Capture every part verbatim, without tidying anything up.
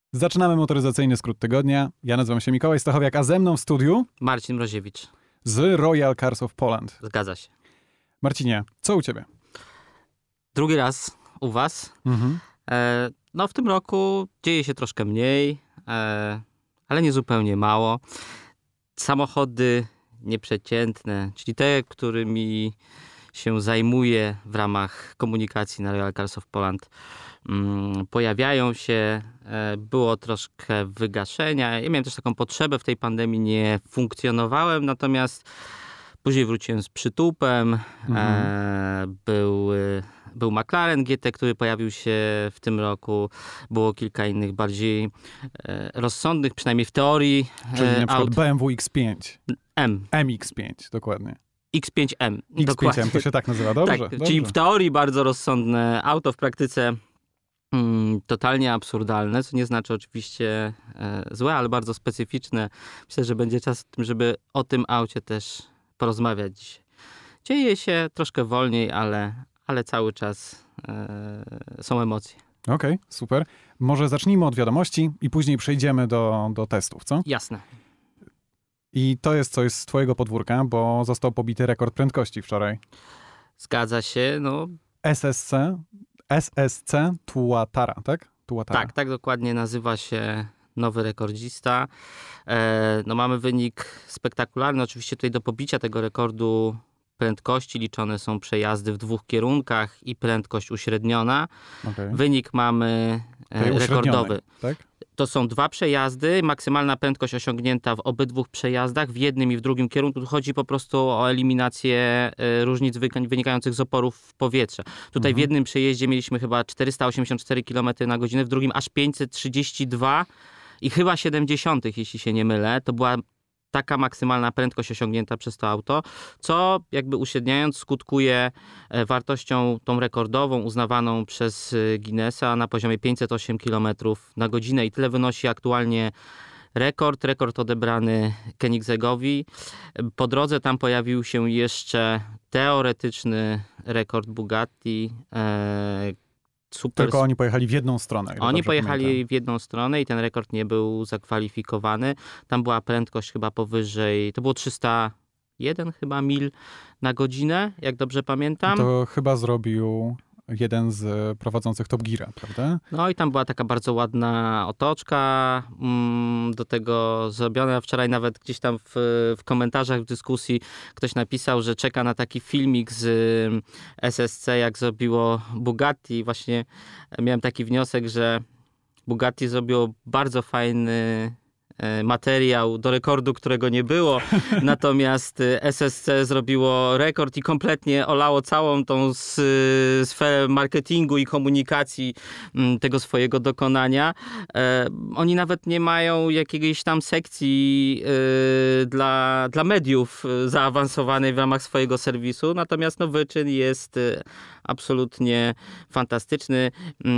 Zaczynamy motoryzacyjny skrót tygodnia. Ja nazywam się Mikołaj Stachowiak, a ze mną w studiu Marcin Mroziewicz. z Royal Cars of Poland. Zgadza się. Marcinie, co u ciebie? Drugi raz u was. Mhm. E, no w tym roku dzieje się troszkę mniej, e, ale nie zupełnie mało. Samochody nieprzeciętne, czyli te, którymi się zajmuję w ramach komunikacji na Royal Cars of Poland, mm, pojawiają się. E, było troszkę wygaszenia. Ja miałem też taką potrzebę w tej pandemii, nie funkcjonowałem, natomiast później wróciłem z przytupem. Mhm. E, był, był McLaren G T, który pojawił się w tym roku. Było kilka innych bardziej e, rozsądnych, przynajmniej w teorii. Czyli e, na przykład aut. B M W X pięć. M. M X pięć, dokładnie. X pięć M. X pięć M, to się tak nazywa, dobrze. Tak, dobrze. czyli w teorii bardzo rozsądne auto, w praktyce mm, totalnie absurdalne, co nie znaczy oczywiście e, złe, ale bardzo specyficzne. Myślę, że będzie czas w tym, żeby o tym aucie też porozmawiać dzisiaj. Dzieje się troszkę wolniej, ale, ale cały czas e, są emocje. Okej, okay, super. Może zacznijmy od wiadomości i później przejdziemy do, do testów, co? Jasne. I to jest coś z twojego podwórka, bo został pobity rekord prędkości wczoraj. Zgadza się, no. S S C, S S C Tuatara, tak? Tuatara. Tak, tak dokładnie nazywa się nowy rekordzista. E, no mamy wynik spektakularny. Oczywiście tutaj do pobicia tego rekordu prędkości liczone są przejazdy w dwóch kierunkach i prędkość uśredniona. Okay. Wynik mamy e, rekordowy. Tak? To są dwa przejazdy, maksymalna prędkość osiągnięta w obydwu przejazdach, w jednym i w drugim kierunku. Tu chodzi po prostu o eliminację y, różnic wynikających z oporów w powietrze. Tutaj mhm. w jednym przejeździe mieliśmy chyba czterysta osiemdziesiąt cztery kilometry na godzinę, w drugim aż pięćset trzydzieści dwa i chyba siedemdziesiąt, jeśli się nie mylę. To była taka maksymalna prędkość osiągnięta przez to auto, co jakby uśredniając skutkuje wartością tą rekordową, uznawaną przez Guinnessa na poziomie pięćset osiem kilometrów na godzinę i tyle wynosi aktualnie rekord. Rekord odebrany Koenigsegowi. Po drodze tam pojawił się jeszcze teoretyczny rekord Bugatti. E, Super. Tylko oni pojechali w jedną stronę. Oni pojechali pamiętam. w jedną stronę i ten rekord nie był zakwalifikowany. Tam była prędkość chyba powyżej, to było trzysta jeden chyba mil na godzinę, jak dobrze pamiętam. To chyba zrobił jeden z prowadzących Top Geara, prawda? No i tam była taka bardzo ładna otoczka mm, do tego zrobiona. Wczoraj nawet gdzieś tam w, w komentarzach w dyskusji ktoś napisał, że czeka na taki filmik z S S C, jak zrobiło Bugatti. Właśnie miałem taki wniosek, że Bugatti zrobiło bardzo fajny materiał do rekordu, którego nie było. Natomiast S S C zrobiło rekord i kompletnie olało całą tą sferę marketingu i komunikacji tego swojego dokonania. Oni nawet nie mają jakiejś tam sekcji dla, dla mediów zaawansowanej w ramach swojego serwisu. Natomiast no, wyczyn jest absolutnie fantastyczny.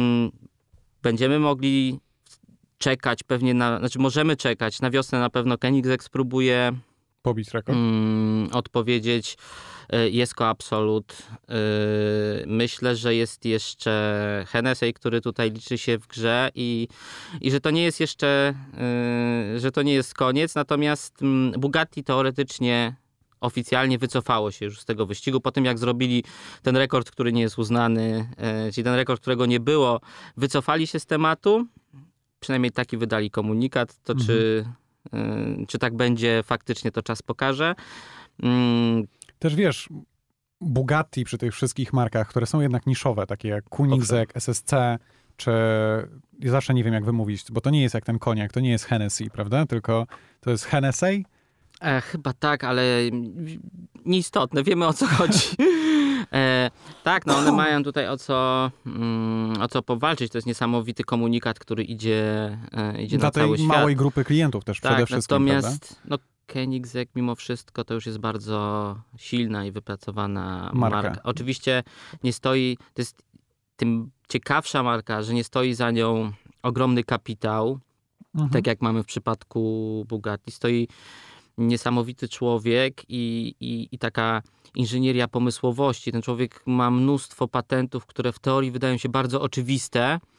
Będziemy mogli czekać pewnie na, znaczy możemy czekać, na wiosnę na pewno Koenigsegg spróbuje pobić rekord. Mm, odpowiedzieć Jesko Absolut. Yy, myślę, że jest jeszcze Hennessy, który tutaj liczy się w grze i, i że to nie jest jeszcze, yy, że to nie jest koniec, natomiast yy, Bugatti teoretycznie oficjalnie wycofało się już z tego wyścigu. Po tym jak zrobili ten rekord, który nie jest uznany, yy, czyli ten rekord, którego nie było, wycofali się z tematu. Przynajmniej taki wydali komunikat, to mhm. czy, y, czy tak będzie, faktycznie to czas pokaże. Mm. Też wiesz, Bugatti przy tych wszystkich markach, które są jednak niszowe, takie jak Koenigsegg, S S C, czy ja zawsze nie wiem jak wymówić, bo to nie jest jak ten koniak, to nie jest Hennessy, prawda? Tylko to jest Hennessy? E, chyba tak, ale nieistotne, wiemy o co chodzi. E, tak, no one mają tutaj o co, mm, o co powalczyć. To jest niesamowity komunikat, który idzie, e, idzie Dla na cały tej świat. małej grupy klientów też tak, przede wszystkim, natomiast prawda? no, Koenigsegg mimo wszystko to już jest bardzo silna i wypracowana marka. marka. Oczywiście nie stoi, to jest tym ciekawsza marka, że nie stoi za nią ogromny kapitał, mhm. tak jak mamy w przypadku Bugatti. Stoi niesamowity człowiek i, i, i taka inżynieria pomysłowości. Ten człowiek ma mnóstwo patentów, które w teorii wydają się bardzo oczywiste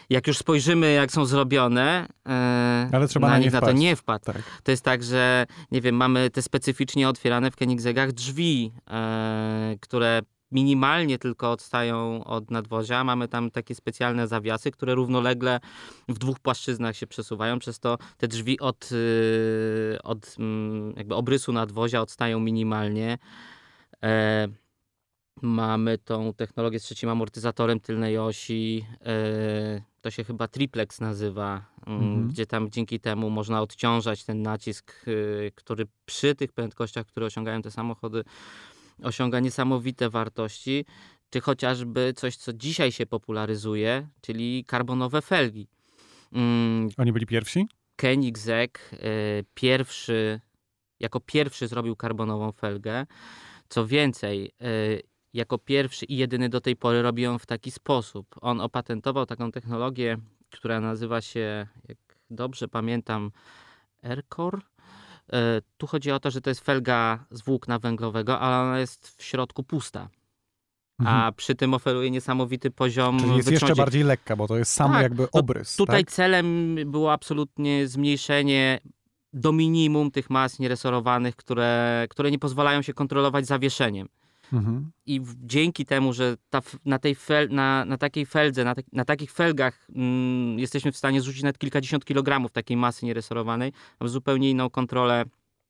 jak już spojrzymy, jak są zrobione, e, Ale trzeba na na nich nie na to wpaść. nie wpadł. Tak. To jest tak, że nie wiem, mamy te specyficznie otwierane w Koenigsegach drzwi, e, które minimalnie tylko odstają od nadwozia. Mamy tam takie specjalne zawiasy, które równolegle w dwóch płaszczyznach się przesuwają, przez to te drzwi od, yy, od yy, jakby obrysu nadwozia odstają minimalnie. E, mamy tą technologię z trzecim amortyzatorem tylnej osi. E, to się chyba triplex nazywa, yy, Mhm. gdzie tam dzięki temu można odciążać ten nacisk, yy, który przy tych prędkościach, które osiągają te samochody, osiąga niesamowite wartości, czy chociażby coś, co dzisiaj się popularyzuje, czyli karbonowe felgi. Mm, Oni byli pierwsi? Koenigsegg y, pierwszy, jako pierwszy zrobił karbonową felgę. Co więcej, y, jako pierwszy i jedyny do tej pory robi ją w taki sposób. On opatentował taką technologię, która nazywa się, jak dobrze pamiętam, Aircore. Tu chodzi o to, że to jest felga z włókna węglowego, ale ona jest w środku pusta. Mhm. A przy tym oferuje niesamowity poziom Czyli jest wytrząśnięcia. jeszcze bardziej lekka, bo to jest sam Tak, jakby no obrys. Tutaj tak? celem było absolutnie zmniejszenie do minimum tych mas nieresorowanych, które, które nie pozwalają się kontrolować zawieszeniem. Mhm. I w, dzięki temu, że ta, na, tej fel, na, na takiej feldze, na, te, na takich felgach mm, jesteśmy w stanie zrzucić nawet kilkadziesiąt kilogramów takiej masy nieresorowanej, mamy zupełnie inną kontrolę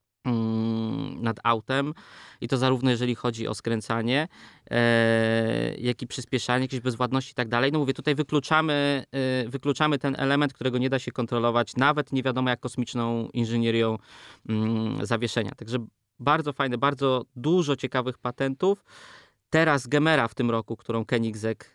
mm, nad autem. I to zarówno jeżeli chodzi o skręcanie, e, jak i przyspieszanie, jakieś bezwładności i tak dalej. No mówię, tutaj wykluczamy, e, wykluczamy ten element, którego nie da się kontrolować, nawet nie wiadomo jak kosmiczną inżynierią mm, zawieszenia. Także bardzo fajne, bardzo dużo ciekawych patentów. Teraz Gemera w tym roku, którą Koenigsegg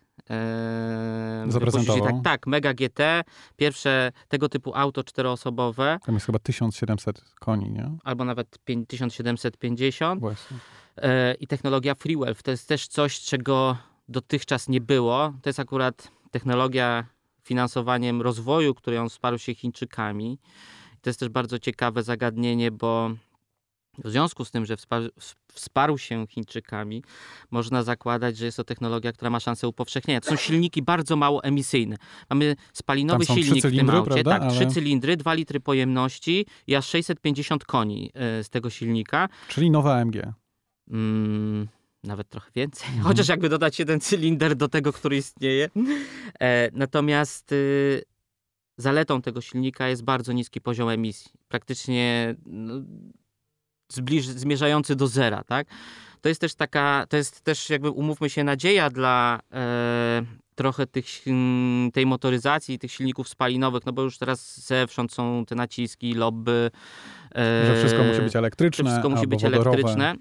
e, Zaprezentował. Tak, tak, Mega G T, pierwsze tego typu auto czteroosobowe, Tam jest chyba tysiąc siedemset koni, nie? albo nawet tysiąc siedemset pięćdziesiąt. Właśnie. E, I technologia FreeWelf to jest też coś, czego dotychczas nie było. To jest akurat technologia finansowaniem rozwoju, który on wsparł się Chińczykami. To jest też bardzo ciekawe zagadnienie, bo w związku z tym, że wspar- wsparł się Chińczykami, można zakładać, że jest to technologia, która ma szansę upowszechnienia. To są silniki bardzo mało emisyjne. Mamy spalinowy Tam są silnik trzy w tym aucie, cylindry, tak, prawda? trzy Ale- cylindry, dwa litry pojemności i aż sześćset pięćdziesiąt koni y, z tego silnika. Czyli nowa A M G. Mm, nawet trochę więcej. Mhm. Chociaż jakby dodać jeden cylinder do tego, który istnieje. E, natomiast y, zaletą tego silnika jest bardzo niski poziom emisji. Praktycznie no, zbliż, zmierzający do zera, tak? To jest też taka, to jest też jakby, umówmy się, nadzieja dla e, trochę tych, tej motoryzacji, tych silników spalinowych, no bo już teraz zewsząd są te naciski, lobby. E, Że wszystko musi być że elektryczne wszystko musi albo być wodorowe. elektryczne.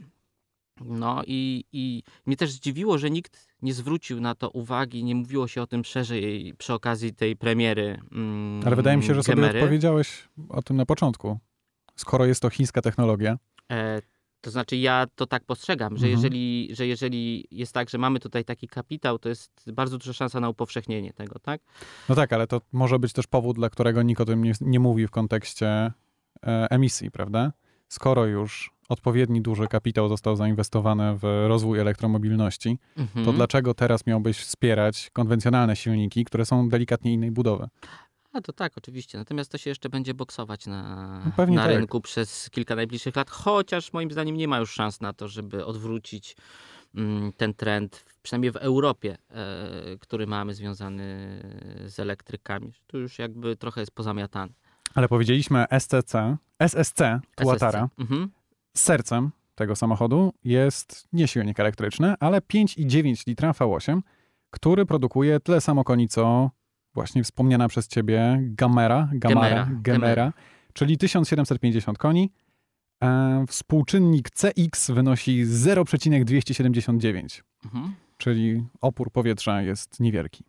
No i, i mnie też zdziwiło, że nikt nie zwrócił na to uwagi, nie mówiło się o tym szerzej przy okazji tej premiery mm, Ale wydaje mi się, że sobie Gemery. odpowiedziałeś o tym na początku. Skoro jest to chińska technologia, E, to znaczy ja to tak postrzegam, że, Mhm. jeżeli, że jeżeli jest tak, że mamy tutaj taki kapitał, to jest bardzo duża szansa na upowszechnienie tego, tak? no tak, ale to może być też powód, dla którego nikt o tym nie, nie mówi w kontekście e, emisji, prawda? Skoro już odpowiedni duży kapitał został zainwestowany w rozwój elektromobilności, Mhm. to dlaczego teraz miałbyś wspierać konwencjonalne silniki, które są delikatnie innej budowy? A to tak, oczywiście. Natomiast to się jeszcze będzie boksować na, No pewnie na tak. rynku przez kilka najbliższych lat, chociaż moim zdaniem nie ma już szans na to, żeby odwrócić mm, ten trend, przynajmniej w Europie, e, który mamy związany z elektrykami. Tu już jakby trochę jest pozamiatany. Ale powiedzieliśmy S C C, S S C, Tuatara. S S C. Mhm. Sercem tego samochodu jest nie silnik elektryczny, ale pięć przecinek dziewięć litra V osiem, który produkuje tyle samo koni, co właśnie wspomniana przez ciebie Gamera, Gamera, Gemera, Gemera, Gemera. czyli tysiąc siedemset pięćdziesiąt koni. E, współczynnik C X wynosi zero przecinek dwieście siedemdziesiąt dziewięć, Mhm. czyli opór powietrza jest niewielki.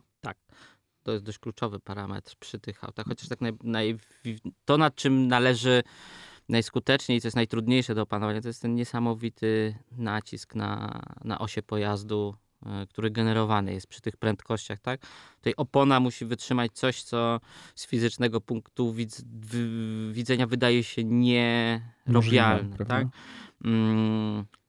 To jest dość kluczowy parametr przy tych autach, chociaż tak naj, naj, to, nad czym należy najskuteczniej, co jest najtrudniejsze do opanowania, to jest ten niesamowity nacisk na, na osie pojazdu, y, który generowany jest przy tych prędkościach, tak? Tutaj opona musi wytrzymać coś, co z fizycznego punktu widz, w, widzenia wydaje się nierobialne, Możliwe, prawda? tak? Mm,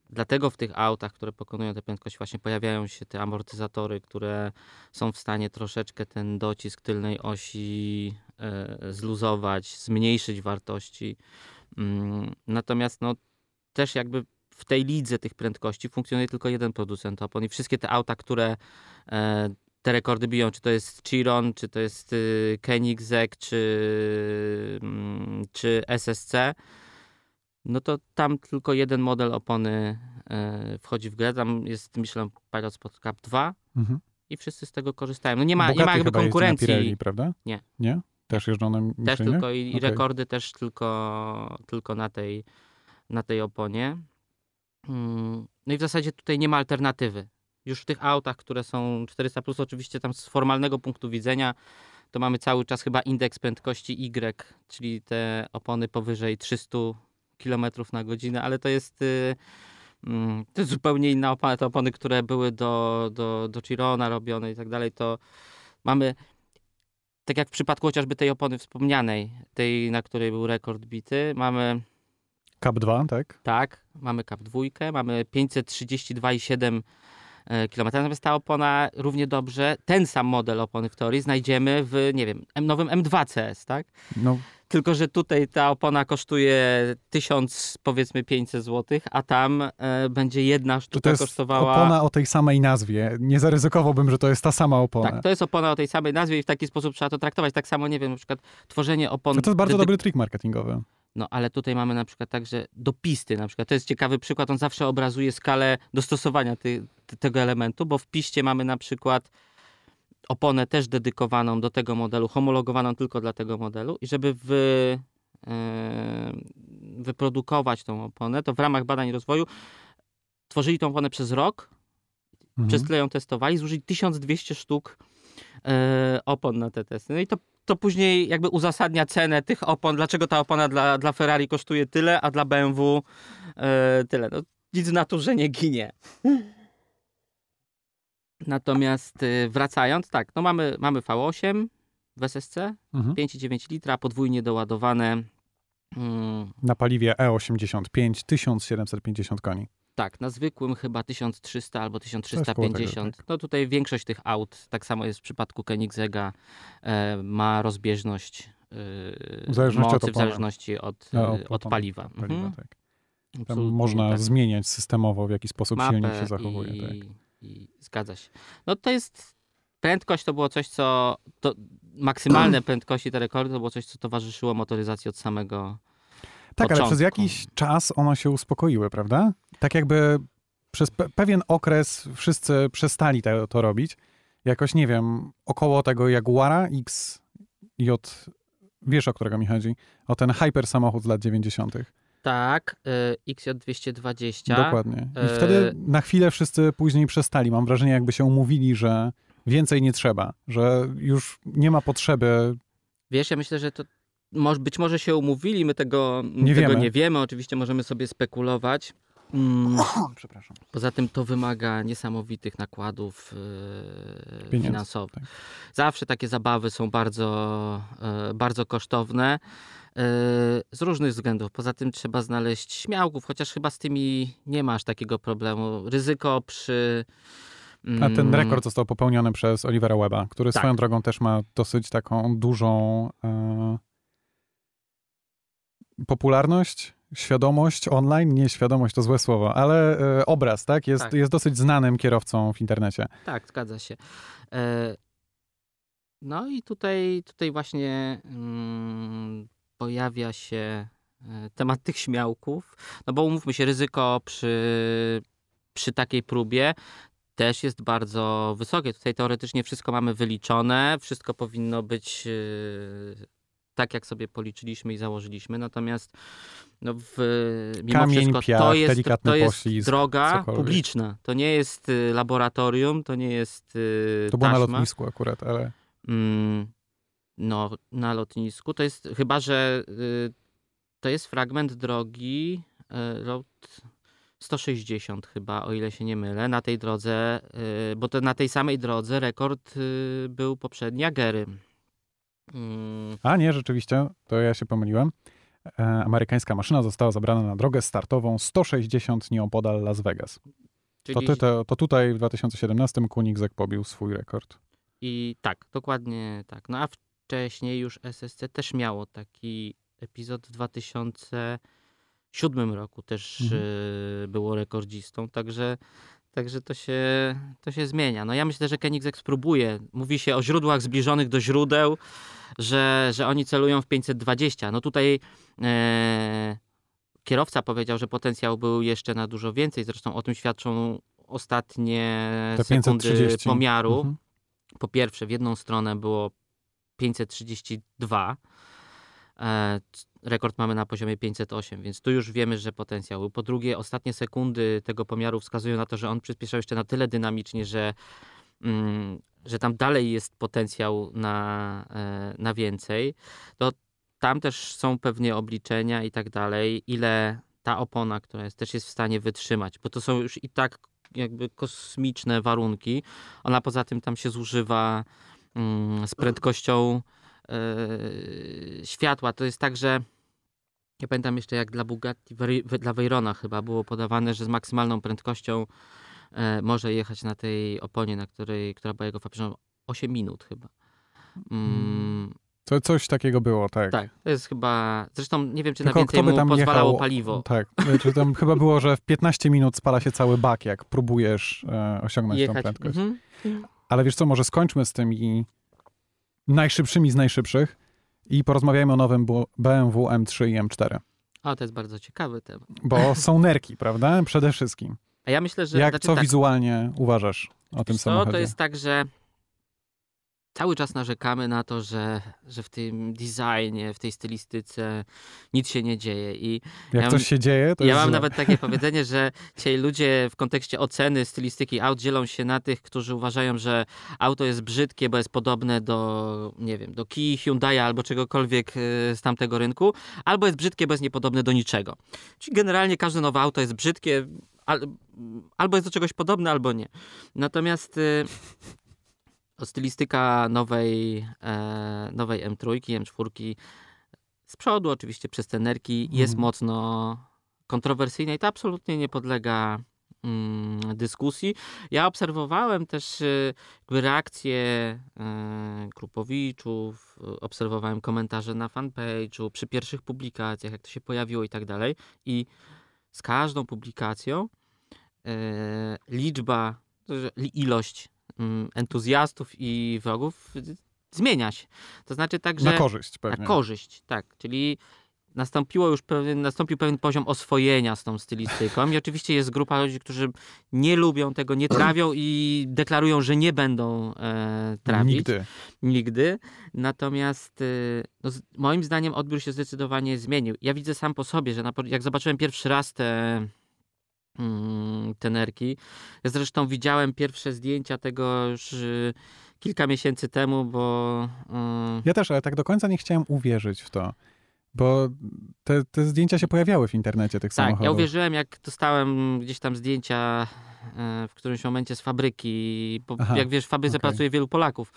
Dlatego w tych autach, które pokonują tę prędkość, właśnie pojawiają się te amortyzatory, które są w stanie troszeczkę ten docisk tylnej osi e, zluzować, zmniejszyć wartości. Mm, natomiast no, też jakby w tej lidze tych prędkości funkcjonuje tylko jeden producent opon i wszystkie te auta, które e, te rekordy biją, czy to jest Chiron, czy to jest y, Koenigsegg, czy, mm, czy S S C, no to tam tylko jeden model opony e, wchodzi w grę. Tam jest Michelin Pilot Sport Cup dwa Mhm. i wszyscy z tego korzystają. No nie ma, nie Bugatti ma jakby chyba jeździ konkurencji. na Pirelli, prawda? Nie. Nie? Też jeżdżą na Michelinie? Też tylko i, i Okej. rekordy też tylko, tylko na, tej, na tej oponie. Mm, No i w zasadzie tutaj nie ma alternatywy. Już w tych autach, które są czterysta plus, oczywiście tam z formalnego punktu widzenia, to mamy cały czas chyba indeks prędkości Y, czyli te opony powyżej trzysta kilometrów na godzinę, ale to jest, y, mm, to jest zupełnie inna opona. Te opony, które były do, do, do Chirona robione i tak dalej, to mamy, tak jak w przypadku chociażby tej opony wspomnianej, tej, na której był rekord bity, mamy Cup dwa, tak? tak, mamy Cup dwa, mamy pięćset trzydzieści dwa i siedem kilometrów. Natomiast ta opona równie dobrze, ten sam model opony w teorii znajdziemy w, nie wiem, M- nowym M dwa C S, tak? No, Tylko że tutaj ta opona kosztuje tysiąc, powiedzmy pięćset złotych, a tam e, będzie jedna czy sztuka to jest kosztowała... opona o tej samej nazwie? Nie zaryzykowałbym, że to jest ta sama opona. Tak, to jest opona o tej samej nazwie i w taki sposób trzeba to traktować. Tak samo, nie wiem, na przykład tworzenie opon... To jest bardzo dedyk- dobry trik marketingowy. No ale tutaj mamy na przykład także do pisty na przykład. To jest ciekawy przykład, on zawsze obrazuje skalę dostosowania ty, ty, tego elementu, bo w piście mamy na przykład oponę też dedykowaną do tego modelu, homologowaną tylko dla tego modelu i żeby wy, yy, wyprodukować tą oponę, to w ramach badań i rozwoju tworzyli tą oponę przez rok, Mhm. przez tyle ją testowali, zużyli tysiąc dwieście sztuk yy, opon na te testy. No i to to później jakby uzasadnia cenę tych opon, dlaczego ta opona dla, dla Ferrari kosztuje tyle, a dla B M W e, tyle. No, nic w naturze nie ginie. Natomiast e, wracając, tak, no mamy, mamy V osiem w S S C, Mhm. pięć przecinek dziewięć litra, podwójnie doładowane. Mm, Na paliwie E osiemdziesiąt pięć, tysiąc siedemset pięćdziesiąt koni. tak, na zwykłym chyba tysiąc trzysta albo tysiąc trzysta koło tego, pięćdziesiąt. tak. No tutaj większość tych aut, tak samo jest w przypadku Koenigsegga, e, ma rozbieżność e, W zależności od mocy w opony. zależności od, No, e, od od opony, paliwa. od paliwa, Mhm. tak. Tam Absolutnie można tak. zmieniać systemowo, w jaki sposób Mapę silnik się zachowuje. I, Tak. i zgadza się. No to jest, prędkość to było coś, co, to maksymalne prędkości, te rekordy, to było coś, co towarzyszyło motoryzacji od samego Tak, ale początku. przez jakiś czas one się uspokoiły, prawda? Tak jakby przez pe- pewien okres wszyscy przestali te, to robić. Jakoś, nie wiem, około tego Jaguara X J, wiesz, o którego mi chodzi? O ten hyper samochód z lat dziewięćdziesiątych. Tak, y, X J dwieście dwadzieścia. Dokładnie. I E, wtedy na chwilę wszyscy później przestali. Mam wrażenie, jakby się umówili, że więcej nie trzeba, że już nie ma potrzeby. Wiesz, ja myślę, że to może, być może się umówili, my tego Nie tego wiemy. nie wiemy. Oczywiście możemy sobie spekulować. Mm, Przepraszam. poza tym to wymaga niesamowitych nakładów yy, Pieniędzy, finansowych. tak. Zawsze takie zabawy są bardzo, yy, bardzo kosztowne yy, z różnych względów. Poza tym trzeba znaleźć śmiałków, chociaż chyba z tymi nie masz takiego problemu. Ryzyko przy... A ten mm, rekord został popełniony przez Olivera Webba, który Tak. swoją drogą też ma dosyć taką dużą e, popularność, świadomość online. Nie świadomość to złe słowo, ale e, obraz, tak? Jest, Tak. jest dosyć znanym kierowcą w internecie. Tak, zgadza się. E, No i tutaj, tutaj właśnie mm, pojawia się e, temat tych śmiałków, no bo umówmy się, ryzyko przy, przy takiej próbie też jest bardzo wysokie. Tutaj teoretycznie wszystko mamy wyliczone, wszystko powinno być e, tak, jak sobie policzyliśmy i założyliśmy, natomiast no w, mimo Kamień, wszystko piach, to jest, delikatny to jest poślizg, droga cokolwiek. publiczna. To nie jest y, laboratorium, to nie jest y, To było na taśma. lotnisku akurat, ale Mm, no, na lotnisku. To jest, chyba że y, to jest fragment drogi y, Road sto sześćdziesiąt chyba, o ile się nie mylę, na tej drodze, y, bo to na tej samej drodze rekord y, był poprzedni Agery. Mm, A nie, rzeczywiście, to ja się pomyliłem. e, amerykańska maszyna została zabrana na drogę startową sto sześćdziesiąt nieopodal Las Vegas. Czyli... To, ty, to, to tutaj w dwa tysiące siedemnastym Koenigsegg pobił swój rekord. I tak, dokładnie tak. No a wcześniej już S S C też miało taki epizod w dwa tysiące siódmym roku też mhm. y, było rekordzistą, także, także to, się, to się zmienia. No ja myślę, że Koenigsegg spróbuje. Mówi się o źródłach zbliżonych do źródeł, że, że oni celują w pięćset dwadzieścia. No tutaj e, kierowca powiedział, że potencjał był jeszcze na dużo więcej. Zresztą o tym świadczą ostatnie Te sekundy pięćset trzydzieści pomiaru. Mhm. Po pierwsze, w jedną stronę było pięćset trzydzieści dwa. E, rekord mamy na poziomie pięćset osiem, więc tu już wiemy, że potencjał był. Po drugie, ostatnie sekundy tego pomiaru wskazują na to, że on przyspieszał jeszcze na tyle dynamicznie, że, mm, że tam dalej jest potencjał na, e, na więcej. To tam też są pewnie obliczenia i tak dalej, ile ta opona, która jest, też jest w stanie wytrzymać, bo to są już i tak jakby kosmiczne warunki. Ona poza tym tam się zużywa mm, z prędkością yy, światła. To jest tak, że ja pamiętam jeszcze jak dla Bugatti, dla Veyrona chyba było podawane, że z maksymalną prędkością yy, może jechać na tej oponie, na której, która była jego fabryczną osiem minut chyba. Mm. To coś takiego było, tak. Tak, to jest chyba, zresztą nie wiem, czy Tylko na więcej mu pozwalało jechał, paliwo. Tak, czy tam chyba było, że w piętnaście minut spala się cały bak, jak próbujesz e, osiągnąć Jechać. tą prędkość. Mhm. Ale wiesz co, może skończmy z tymi najszybszymi z najszybszych i porozmawiajmy o nowym B M W M trzy i M cztery. O, to jest bardzo ciekawy temat. Bo są nerki, prawda? Przede wszystkim. A ja myślę, że... Jak, znaczy, co tak, wizualnie uważasz o tym co, samochodzie? To jest tak, że cały czas narzekamy na to, że, że w tym designie, w tej stylistyce nic się nie dzieje. I Jak ja coś mam, się dzieje, to Ja jest mam źle. nawet takie powiedzenie, że dzisiaj ludzie w kontekście oceny stylistyki aut dzielą się na tych, którzy uważają, że auto jest brzydkie, bo jest podobne do, nie wiem, do Kii, Hyundai'a albo czegokolwiek z tamtego rynku, albo jest brzydkie, bo jest niepodobne do niczego. Czyli generalnie każde nowe auto jest brzydkie, al, albo jest do czegoś podobne, albo nie. Natomiast stylistyka nowej, e, nowej M trzy, M cztery z przodu oczywiście przez te nerki mm. jest mocno kontrowersyjna i to absolutnie nie podlega mm, dyskusji. Ja obserwowałem też y, reakcje y, grupowiczów, obserwowałem komentarze na fanpage'u, przy pierwszych publikacjach, jak to się pojawiło i tak dalej. I z każdą publikacją y, liczba, ilość entuzjastów i wrogów zmienia się. To znaczy tak, że... Na korzyść pewnie. Na korzyść, tak. Czyli nastąpiło już pewien, nastąpił pewien poziom oswojenia z tą stylistyką i oczywiście jest grupa ludzi, którzy nie lubią tego, nie trawią i deklarują, że nie będą e, trawić. Nigdy. Nigdy. Natomiast e, no, moim zdaniem odbiór się zdecydowanie zmienił. Ja widzę sam po sobie, że na, jak zobaczyłem pierwszy raz te te nerki. Ja zresztą widziałem pierwsze zdjęcia tego już y, kilka miesięcy temu, bo... Y... Ja też, ale tak do końca nie chciałem uwierzyć w to, bo te, te zdjęcia się pojawiały w internecie tych tak, samochodów. Ja uwierzyłem, jak dostałem gdzieś tam zdjęcia y, w którymś momencie z fabryki, bo Aha, jak wiesz, w fabryce okay. pracuje wielu Polaków.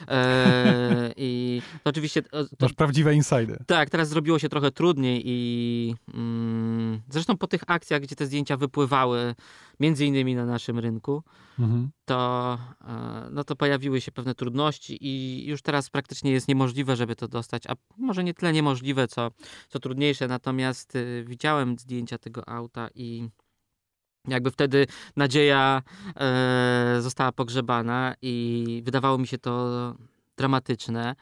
E, I to oczywiście... To, Masz prawdziwe insajdy. Tak, teraz zrobiło się trochę trudniej i mm, zresztą po tych akcjach, gdzie te zdjęcia wypływały, między innymi na naszym rynku, mhm. to, no to pojawiły się pewne trudności i już teraz praktycznie jest niemożliwe, żeby to dostać, a może nie tyle niemożliwe, co, co trudniejsze, natomiast y, widziałem zdjęcia tego auta i jakby wtedy nadzieja e, została pogrzebana i wydawało mi się to dramatyczne.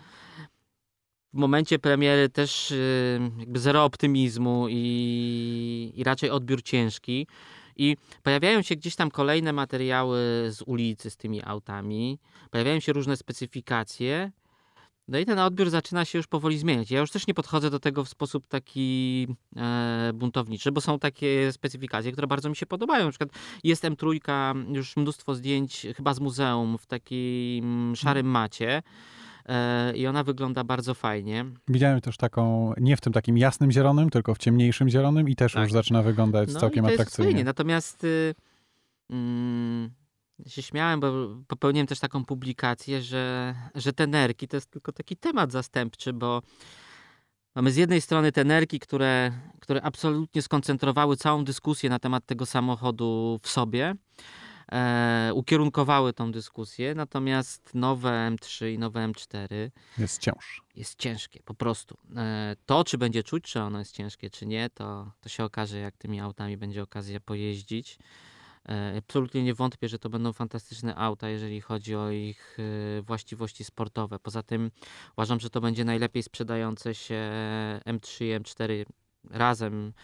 W momencie premiery też y, jakby zero optymizmu i, i raczej odbiór ciężki. I pojawiają się gdzieś tam kolejne materiały z ulicy z tymi autami. Pojawiają się różne specyfikacje. No i ten odbiór zaczyna się już powoli zmieniać. Ja już też nie podchodzę do tego w sposób taki e, buntowniczy, bo są takie specyfikacje, które bardzo mi się podobają. Na przykład jest M trzy, już mnóstwo zdjęć chyba z muzeum w takim szarym macie. I ona wygląda bardzo fajnie. Widziałem też taką, nie w tym takim jasnym zielonym, tylko w ciemniejszym zielonym i też tak. już zaczyna wyglądać no całkiem i to atrakcyjnie. Jest fajnie. Natomiast y, mm, się śmiałem, bo popełniłem też taką publikację, że, że te nerki to jest tylko taki temat zastępczy, bo Mamy z jednej strony te nerki, które, które absolutnie skoncentrowały całą dyskusję na temat tego samochodu w sobie, e, ukierunkowały tą dyskusję, natomiast nowe M trzy i nowe M cztery Jest cięższe. jest ciężkie, po prostu. E, to, czy będzie czuć, czy ono jest ciężkie, czy nie, to, to się okaże, jak tymi autami będzie okazja pojeździć. E, absolutnie nie wątpię, że to będą fantastyczne auta, jeżeli chodzi o ich e, właściwości sportowe. Poza tym uważam, że to będzie najlepiej sprzedające się M trzy i M cztery razem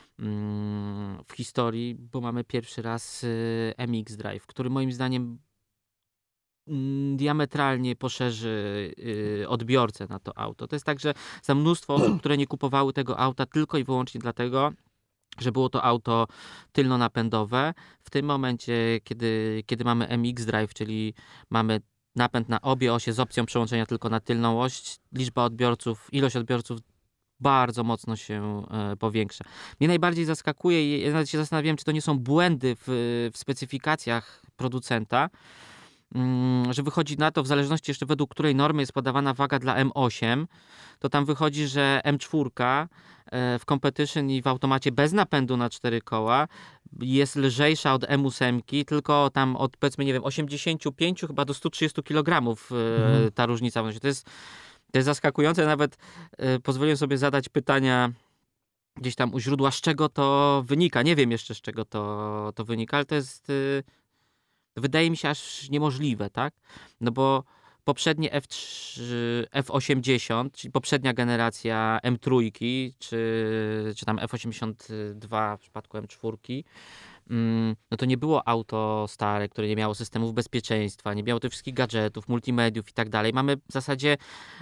mm, w historii, bo mamy pierwszy raz e, M X Drive, który moim zdaniem mm, diametralnie poszerzy y, odbiorcę na to auto. To jest tak, że za mnóstwo osób, które nie kupowały tego auta tylko i wyłącznie dlatego, że było to auto tylnonapędowe. W tym momencie, kiedy, kiedy mamy M X Drive, czyli mamy napęd na obie osie z opcją przełączenia tylko na tylną oś, liczba odbiorców, ilość odbiorców bardzo mocno się e, powiększa. Mnie najbardziej zaskakuje, i ja nawet się zastanawiałem, czy to nie są błędy w, w specyfikacjach producenta, mm, że wychodzi na to, w zależności jeszcze według której normy jest podawana waga dla M osiem, to tam wychodzi, że M cztery e, w competition i w automacie bez napędu na cztery koła jest lżejsza od M osiem, tylko tam od, powiedzmy, nie wiem, osiemdziesiąt pięć chyba do stu trzydziestu kilogramów e, Mhm. ta różnica. To jest, to jest zaskakujące. Nawet e, pozwoliłem sobie zadać pytania gdzieś tam u źródła, z czego to wynika. Nie wiem jeszcze, z czego to, to wynika, ale to jest, e, wydaje mi się, aż niemożliwe, tak? No bo poprzednie F trzy, F osiemdziesiąt, czyli poprzednia generacja M trzy, czy, czy tam F osiemdziesiąt dwa w przypadku M cztery, mm, no to nie było auto stare, które nie miało systemów bezpieczeństwa, nie miało tych wszystkich gadżetów, multimediów i tak dalej. Mamy w zasadzie,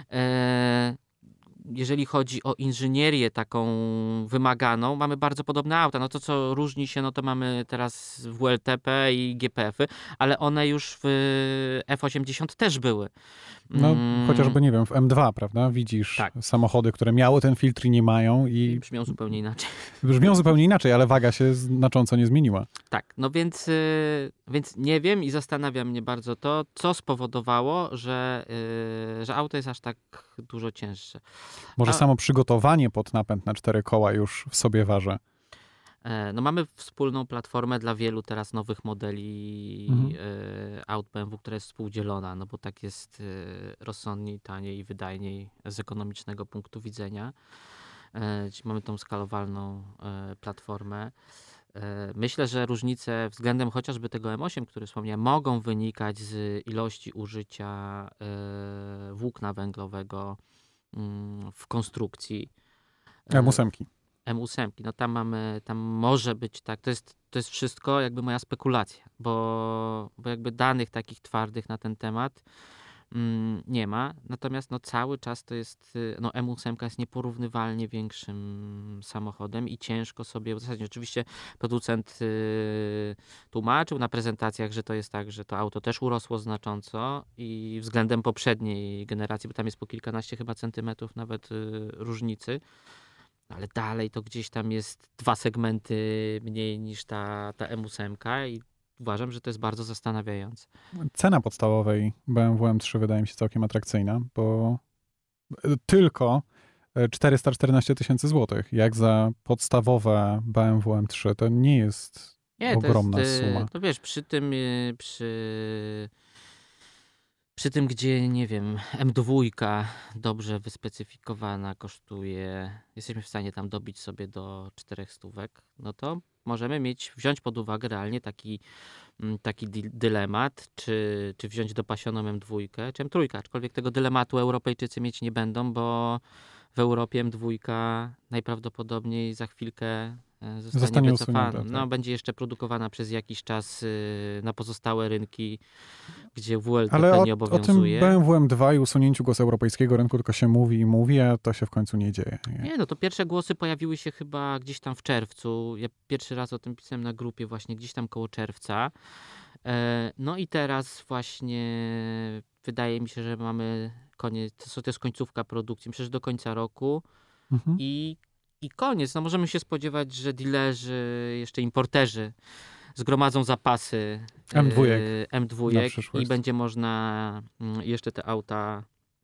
e, jeżeli chodzi o inżynierię taką wymaganą, mamy bardzo podobne auta. No to, co różni się, no to mamy teraz W L T P i G P F-y, ale one już w F osiemdziesiąt też były. No, Mm, chociażby, nie wiem, w M dwa, prawda? Widzisz Tak. samochody, które miały ten filtr i nie mają I i brzmią zupełnie inaczej. brzmią zupełnie inaczej, ale waga się znacząco nie zmieniła. Tak, no więc, y, więc nie wiem i zastanawia mnie bardzo to, co spowodowało, że, y, że auto jest aż tak dużo cięższe. Może A- samo przygotowanie pod napęd na cztery koła już w sobie waży. E, No mamy wspólną platformę dla wielu teraz nowych modeli Mhm. e, aut B M W, która jest współdzielona, no bo tak jest e, rozsądniej, taniej i wydajniej z ekonomicznego punktu widzenia. E, Czyli mamy tą skalowalną e, platformę. E, Myślę, że różnice względem chociażby tego M osiem, który wspomniałem, mogą wynikać z ilości użycia e, włókna węglowego mm, w konstrukcji. E, M osiem. M osiem, no tam mamy, tam może być tak, to jest, to jest wszystko jakby moja spekulacja, bo, bo jakby danych takich twardych na ten temat mm, nie ma, natomiast no cały czas to jest, y, no M osiem jest nieporównywalnie większym samochodem i ciężko sobie, w zasadzie oczywiście producent y, tłumaczył na prezentacjach, że to jest tak, że to auto też urosło znacząco i względem poprzedniej generacji, bo tam jest po kilkanaście chyba centymetrów nawet y, różnicy, ale dalej to gdzieś tam jest dwa segmenty mniej niż ta, ta M osiem i uważam, że to jest bardzo zastanawiające. Cena podstawowej B M W M trzy wydaje mi się całkiem atrakcyjna, bo tylko czterysta czternaście tysięcy złotych. Jak za podstawowe B M W M trzy to nie jest Nie, to ogromna jest, y, suma. to wiesz, przy tym, y, przy, przy tym, gdzie, nie wiem, M dwa dobrze wyspecyfikowana kosztuje, jesteśmy w stanie tam dobić sobie do czterech stówek, no to możemy mieć, wziąć pod uwagę realnie taki, mm, taki di- dylemat, czy, czy wziąć dopasioną M dwa, czy M trzy, aczkolwiek tego dylematu Europejczycy mieć nie będą, bo w Europie M dwa najprawdopodobniej za chwilkę e, zostanie, Zostanie wycofana. usunięta, No, tak. będzie jeszcze produkowana przez jakiś czas y, na pozostałe rynki, gdzie W L T P Ale o, nie o tym obowiązuje. B M W M dwa i usunięciu go z europejskiego rynku tylko się mówi i mówi, a to się w końcu nie dzieje. Nie? Nie, no to pierwsze głosy pojawiły się chyba gdzieś tam w czerwcu. Ja pierwszy raz o tym pisałem na grupie właśnie gdzieś tam koło czerwca. E, No i teraz właśnie wydaje mi się, że mamy koniec, to to jest końcówka produkcji, myślę, że do końca roku Mhm. i, i koniec. No możemy się spodziewać, że dealerzy, jeszcze importerzy zgromadzą zapasy M dwa e, M dwa na i przyszłość. będzie można mm, jeszcze te auta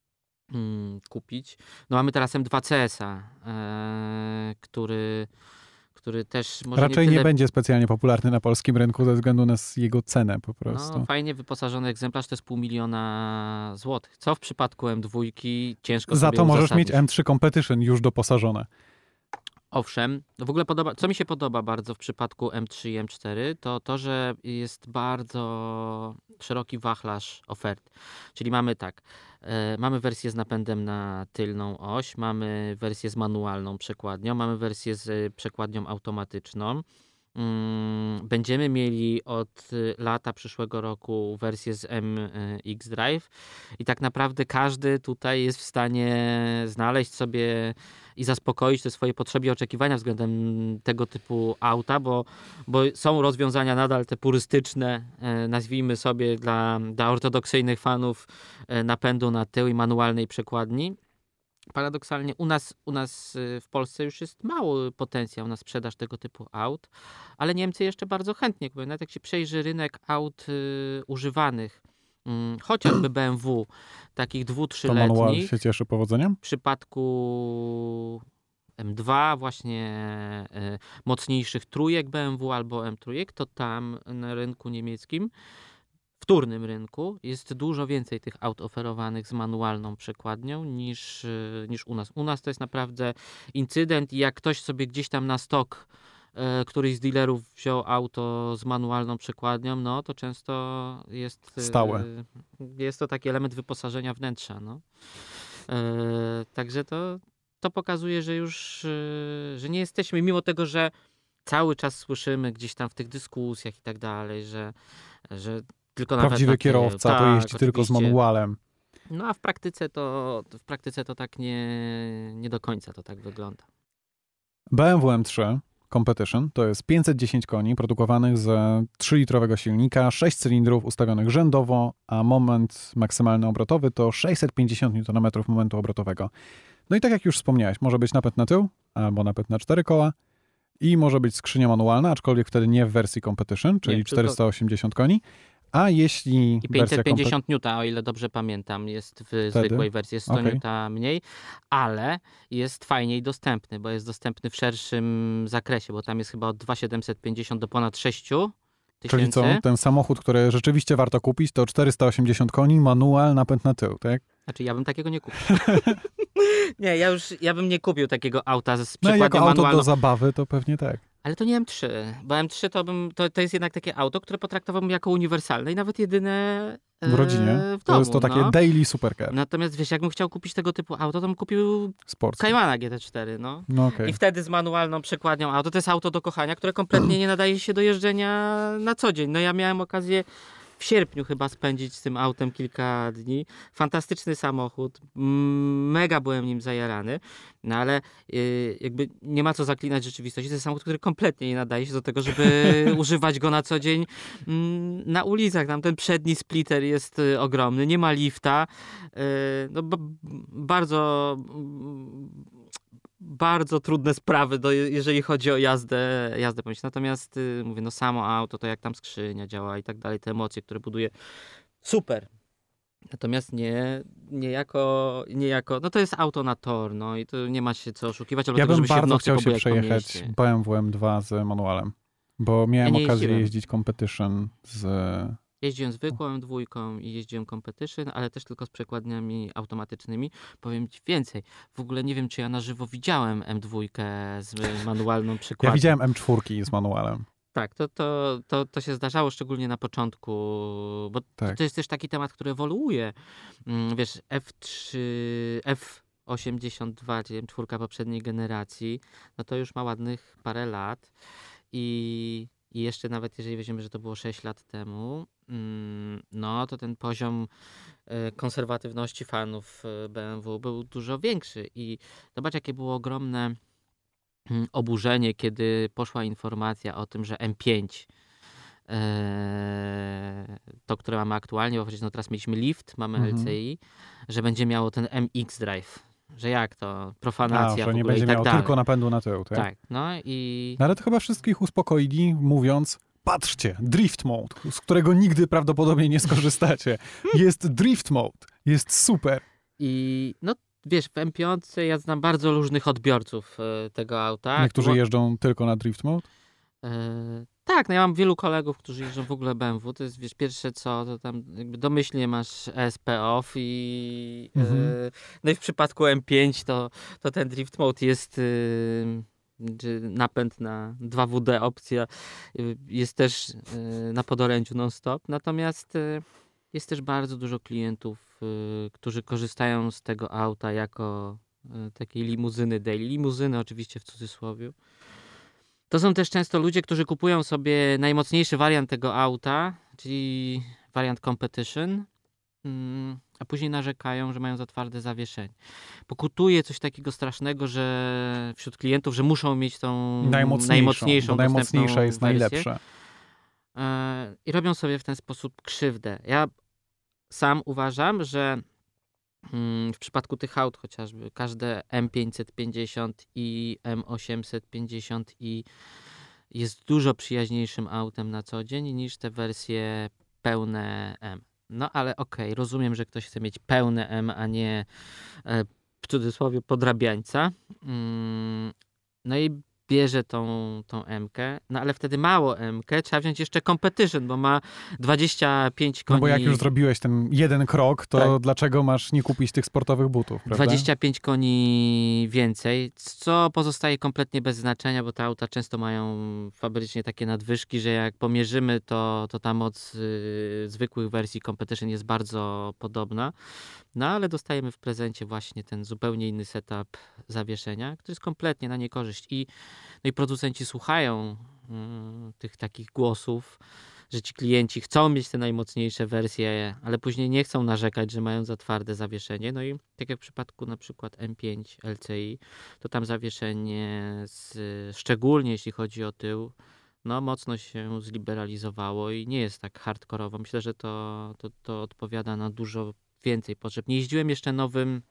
mm, kupić. No mamy teraz M dwa C S-a, e, który, który też może Raczej nie, nie tyle... będzie specjalnie popularny na polskim rynku ze względu na jego cenę po prostu. No, fajnie wyposażony egzemplarz to jest pół miliona złotych. Co w przypadku M dwa ciężko Za sobie to możesz uzasadnić. mieć M trzy Competition już doposażone. Owszem, w ogóle podoba, co mi się podoba bardzo w przypadku M trzy i M cztery, to to, że jest bardzo szeroki wachlarz ofert. Czyli mamy tak, e, mamy wersję z napędem na tylną oś, mamy wersję z manualną przekładnią, mamy wersję z przekładnią automatyczną. Mm, Będziemy mieli od lata przyszłego roku wersję z M X Drive i tak naprawdę każdy tutaj jest w stanie znaleźć sobie i zaspokoić te swoje potrzeby i oczekiwania względem tego typu auta, bo, bo są rozwiązania nadal te purystyczne, e, nazwijmy sobie dla, dla ortodoksyjnych fanów e, napędu na tył i manualnej przekładni. Paradoksalnie u nas, u nas w Polsce już jest mały potencjał na sprzedaż tego typu aut, ale Niemcy jeszcze bardzo chętnie kupują. Nawet jak się przejrzy rynek aut y, używanych, y, chociażby B M W, takich dwu, To manual trzyletnich, się cieszy powodzeniem? w przypadku M dwa, właśnie y, mocniejszych trójek B M W albo M trzy, to tam na rynku niemieckim, wtórnym rynku jest dużo więcej tych aut oferowanych z manualną przekładnią niż, niż u nas. U nas to jest naprawdę incydent i jak ktoś sobie gdzieś tam na stok e, któryś z dealerów wziął auto z manualną przekładnią, no to często jest Stałe. E, jest to taki element wyposażenia wnętrza. No. E, także to, to pokazuje, że już e, że nie jesteśmy, mimo tego, że cały czas słyszymy gdzieś tam w tych dyskusjach i tak dalej, że, że tylko Prawdziwy nawet takie, kierowca tak, to jeździ tylko z oczywiście. manualem. No a w praktyce to w praktyce to tak nie, nie do końca to tak wygląda. B M W M trzy Competition to jest pięćset dziesięć koni produkowanych ze trzylitrowego silnika, sześć cylindrów ustawionych rzędowo, a moment maksymalny obrotowy to sześćset pięćdziesiąt niutonometrów momentu obrotowego. No i tak jak już wspomniałeś, może być napęd na tył albo napęd na cztery koła i może być skrzynia manualna, aczkolwiek wtedy nie w wersji Competition, czyli Nie, tylko- czterysta osiemdziesiąt koni. A jeśli I wersja pięćset kompe- pięćdziesiąt niuta, o ile dobrze pamiętam, jest w Wtedy? zwykłej wersji, jest sto Okej. niuta mniej, ale jest fajniej dostępny, bo jest dostępny w szerszym zakresie, bo tam jest chyba od dwa tysiące siedemset pięćdziesiąt do ponad sześć Czyli tysięcy. co, ten samochód, który rzeczywiście warto kupić, to czterysta osiemdziesiąt koni, manual, napęd na tył, tak? Znaczy ja bym takiego nie kupił. nie, ja już ja bym nie kupił takiego auta z No i przekładnią jako auto manualną. do zabawy, to pewnie tak. Ale to nie M trzy, bo M trzy to, bym, to, to jest jednak takie auto, które potraktowałbym jako uniwersalne i nawet jedyne e, W rodzinie. w To domu, jest to takie no. daily supercar. Natomiast wiesz, jakbym chciał kupić tego typu auto, to bym kupił Sports. Caymana G T cztery, no. No okej. I wtedy z manualną przekładnią auto. To jest auto do kochania, które kompletnie nie nadaje się do jeżdżenia na co dzień. No ja miałem okazję w sierpniu chyba spędzić z tym autem kilka dni. Fantastyczny samochód. Mm, Mega byłem nim zajarany. No ale yy, jakby nie ma co zaklinać rzeczywistości. To jest samochód, który kompletnie nie nadaje się do tego, żeby używać go na co dzień mm, na ulicach. Tam ten przedni splitter jest y, ogromny. Nie ma lifta. Yy, no, b- bardzo... mm, bardzo trudne sprawy, do, jeżeli chodzi o jazdę, jazdę po mieście. Natomiast y, mówię, no samo auto, to jak tam skrzynia działa i tak dalej, te emocje, które buduje, super. Natomiast nie, nie jako, nie jako, no to jest auto na tor, no i to nie ma się co oszukiwać, albo Ja tego, bym żeby się w bardzo nocy chciał się pobujać po przejechać mieście. B M W M dwa z manualem, bo miałem Ja nie okazję jeździłem. jeździć Competition z... Jeździłem zwykłą M dwa i jeździłem Competition, ale też tylko z przekładniami automatycznymi. Powiem ci więcej, w ogóle nie wiem, czy ja na żywo widziałem M dwa z manualną przekładnią. Ja widziałem M cztery z manualem. Tak, to, to, to, to się zdarzało szczególnie na początku, bo Tak. to jest też taki temat, który ewoluuje. Mm, Wiesz, F trzy, F osiemdziesiąt dwa, czyli M cztery poprzedniej generacji, no to już ma ładnych parę lat i, i jeszcze nawet jeżeli weźmiemy, że to było sześć lat temu, mm, no to ten poziom e, konserwatywności fanów e, B M W był dużo większy i zobacz, jakie było ogromne mm, oburzenie, kiedy poszła informacja o tym, że M pięć, e, to, które mamy aktualnie, bo przecież no teraz mieliśmy Lift, mamy Mhm. L C I, że będzie miało ten M X Drive. Że jak to? A, Profanacja że w nie ogóle będzie i tak miał dalej. tylko napędu na tył, tak? Tak, no i... No ale to chyba wszystkich uspokoili, mówiąc, patrzcie, drift mode, z którego nigdy prawdopodobnie nie skorzystacie. Jest drift mode, jest super. I no wiesz, w M pięć ja znam bardzo różnych odbiorców e, tego auta. Niektórzy Bo, jeżdżą tylko na drift mode? e, tak, no ja mam wielu kolegów, którzy jeżdżą w ogóle B M W. To jest, wiesz, pierwsze co, to tam jakby domyślnie masz E S P off i Mhm. e, no i w przypadku M pięć to, to ten drift mode jest e, czy napęd na dwa W D opcja e, jest też e, na podorędziu non-stop. Natomiast e, jest też bardzo dużo klientów, y, którzy korzystają z tego auta jako y, takiej limuzyny daily. Limuzyny oczywiście w cudzysłowie. To są też często ludzie, którzy kupują sobie najmocniejszy wariant tego auta, czyli wariant Competition, mm, a później narzekają, że mają za twarde zawieszenie. Pokutuje coś takiego strasznego, że wśród klientów, że muszą mieć tą Najmocniejszą, najmocniejszą bo najmocniejsza jest wersję. najlepsza. E, I robią sobie w ten sposób krzywdę. Ja sam uważam, że mm, w przypadku tych aut chociażby każde M pięćset pięćdziesiąt i M osiemset pięćdziesiąt i jest dużo przyjaźniejszym autem na co dzień niż te wersje pełne M. No ale okej, okay, rozumiem, że ktoś chce mieć pełne M, a nie e, w cudzysłowie podrabiańca. Mm, no i bierze tą, tą M-kę, no ale wtedy mało M-kę, trzeba wziąć jeszcze Competition, bo ma dwadzieścia pięć koni. No bo jak już zrobiłeś ten jeden krok, to tak. dlaczego masz nie kupić tych sportowych butów, prawda? dwadzieścia pięć koni więcej, co pozostaje kompletnie bez znaczenia, bo te auta często mają fabrycznie takie nadwyżki, że jak pomierzymy, to, to ta moc y, zwykłych wersji Competition jest bardzo podobna. No ale dostajemy w prezencie właśnie ten zupełnie inny setup zawieszenia, który jest kompletnie na niekorzyść. I, no i producenci słuchają y, tych takich głosów, że ci klienci chcą mieć te najmocniejsze wersje, ale później nie chcą narzekać, że mają za twarde zawieszenie. No i tak jak w przypadku na przykład M pięć L C I, to tam zawieszenie, z, szczególnie jeśli chodzi o tył, no mocno się zliberalizowało i nie jest tak hardkorowo. Myślę, że to, to, to odpowiada na dużo więcej potrzeb. Nie jeździłem jeszcze nowym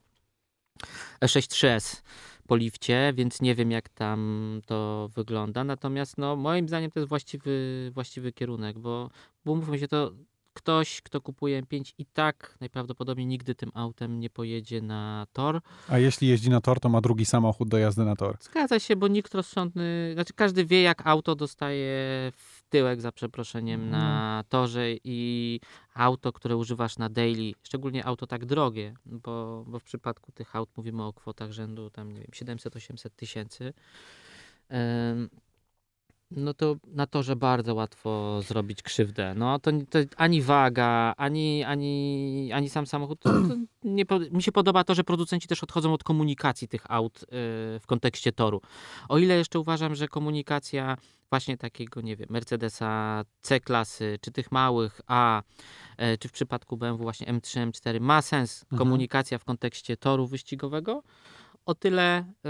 E sześć trzy S po lifcie, więc nie wiem jak tam to wygląda. Natomiast no, moim zdaniem to jest właściwy, właściwy kierunek, bo, bo mówmy się, to ktoś, kto kupuje M pięć i tak najprawdopodobniej nigdy tym autem nie pojedzie na tor. A jeśli jeździ na tor, to ma drugi samochód do jazdy na tor. Zgadza się, bo nikt rozsądny, znaczy każdy wie jak auto dostaje w tyłek za przeproszeniem na torze i auto, które używasz na daily, szczególnie auto tak drogie, bo, bo w przypadku tych aut mówimy o kwotach rzędu tam nie wiem siedemset osiemset tysięcy. Um, no to na torze bardzo łatwo zrobić krzywdę. No to, to ani waga, ani, ani, ani sam samochód. To, to nie, mi się podoba to, że producenci też odchodzą od komunikacji tych aut yy, w kontekście toru. O ile jeszcze uważam, że komunikacja właśnie takiego, nie wiem, Mercedesa C-klasy, czy tych małych A, yy, czy w przypadku B M W właśnie M trzy, M cztery ma sens mhm. komunikacja w kontekście toru wyścigowego, o tyle yy,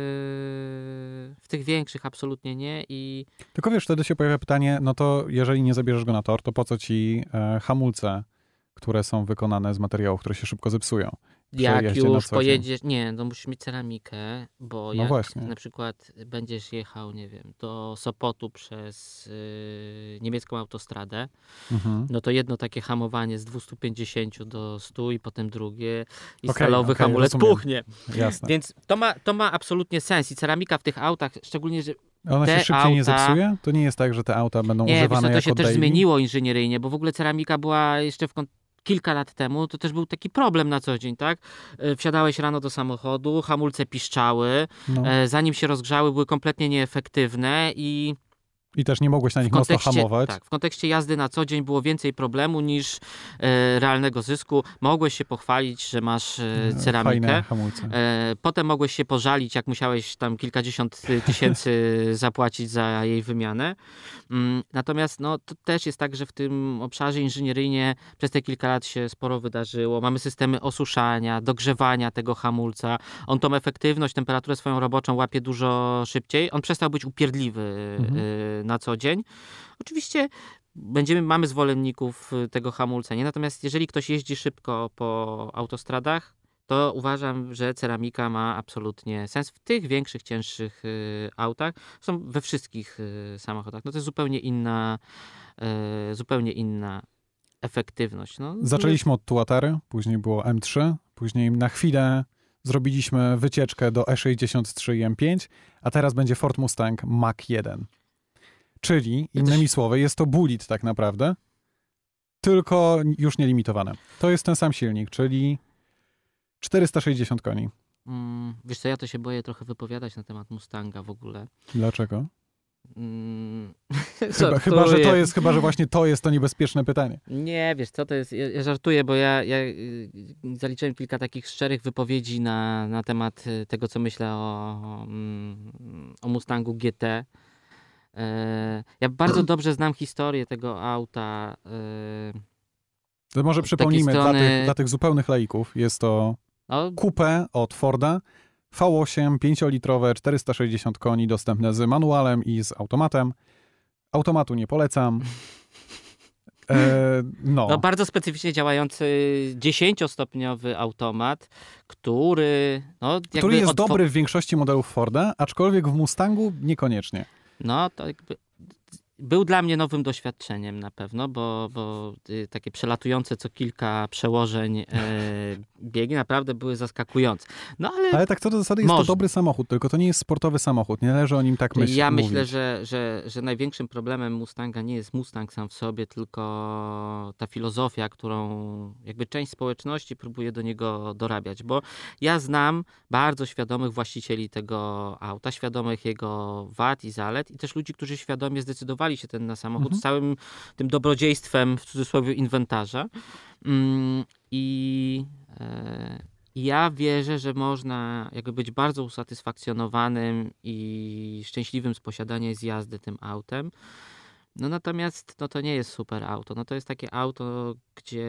w tych większych absolutnie nie. I tylko wiesz, wtedy się pojawia pytanie, no to jeżeli nie zabierzesz go na tor, to po co ci e, hamulce, które są wykonane z materiałów, które się szybko zepsują? Jak już pojedziesz, nie, no musisz mieć ceramikę, bo no jak właśnie. na przykład będziesz jechał, nie wiem, do Sopotu przez yy, niemiecką autostradę, mhm. no to jedno takie hamowanie z dwieście pięćdziesiąt do stu i potem drugie i okay, stalowy okay, hamulec rozumiem. Puchnie. Jasne. Więc to ma, to ma absolutnie sens i ceramika w tych autach, szczególnie, że ona się szybciej auta... nie zepsuje? To nie jest tak, że te auta będą nie, używane wiesz, to jako się też daily? zmieniło inżynieryjnie, bo w ogóle ceramika była jeszcze w kilka lat temu, to też był taki problem na co dzień, tak? Wsiadałeś rano do samochodu, hamulce piszczały, no. zanim się rozgrzały, były kompletnie nieefektywne i I też nie mogłeś na nich mocno hamować. Tak, w kontekście jazdy na co dzień było więcej problemu niż e, realnego zysku. Mogłeś się pochwalić, że masz e, ceramikę. Fajne hamulce. E, potem mogłeś się pożalić, jak musiałeś tam kilkadziesiąt tysięcy zapłacić za jej wymianę. Mm, natomiast no, to też jest tak, że w tym obszarze inżynieryjnie przez te kilka lat się sporo wydarzyło. Mamy systemy osuszania, dogrzewania tego hamulca. On tą efektywność, temperaturę swoją roboczą łapie dużo szybciej. On przestał być upierdliwy mhm. e, na co dzień. Oczywiście będziemy, mamy zwolenników tego hamulca, nie? Natomiast jeżeli ktoś jeździ szybko po autostradach, to uważam, że ceramika ma absolutnie sens w tych większych, cięższych y, autach. Są we wszystkich y, samochodach. No to jest zupełnie inna, y, zupełnie inna efektywność. No, Zaczęliśmy od Tuatary, później było M trzy, Później na chwilę zrobiliśmy wycieczkę do E sześćdziesiąt trzy i M pięć, a teraz będzie Ford Mustang Mach jeden. Czyli, innymi słowy, jest to bullet tak naprawdę, tylko już nielimitowane. To jest ten sam silnik, czyli czterysta sześćdziesiąt koni. Mm, wiesz co, ja to się boję trochę wypowiadać na temat Mustanga w ogóle. Dlaczego? Mm, chyba, chyba, że to jest, chyba, że właśnie to jest to niebezpieczne pytanie. Nie, wiesz co, to jest, ja, ja żartuję, bo ja, ja zaliczyłem kilka takich szczerych wypowiedzi na, na temat tego, co myślę o, o Mustangu G T. Ja bardzo dobrze znam historię tego auta. To może przypomnijmy strony... dla, tych, dla tych zupełnych laików. Jest to no. coupé od Forda, V osiem, pięciolitrowe, czterysta sześćdziesiąt koni, dostępne z manualem i z automatem. Automatu nie polecam. E, no. no. Bardzo specyficznie działający dziesięciostopniowy automat, który... No, jakby który jest od... dobry w większości modelów Forda, aczkolwiek w Mustangu niekoniecznie. No, to jakby był dla mnie nowym doświadczeniem na pewno, bo, bo y, takie przelatujące co kilka przełożeń y, biegi naprawdę były zaskakujące. No, ale, ale tak co do zasady jest może. to dobry samochód, tylko to nie jest sportowy samochód. Nie należy o nim tak myśleć. Ja mówić. myślę, że, że, że największym problemem Mustanga nie jest Mustang sam w sobie, tylko ta filozofia, którą jakby część społeczności próbuje do niego dorabiać, bo ja znam bardzo świadomych właścicieli tego auta, świadomych jego wad i zalet i też ludzi, którzy świadomie zdecydowali się ten na samochód mhm. z całym tym dobrodziejstwem w cudzysłowie inwentarza. Mm, I e, ja wierzę, że można jakby być bardzo usatysfakcjonowanym i szczęśliwym z posiadania i z jazdy tym autem. No natomiast no, to nie jest super auto. No, to jest takie auto, gdzie,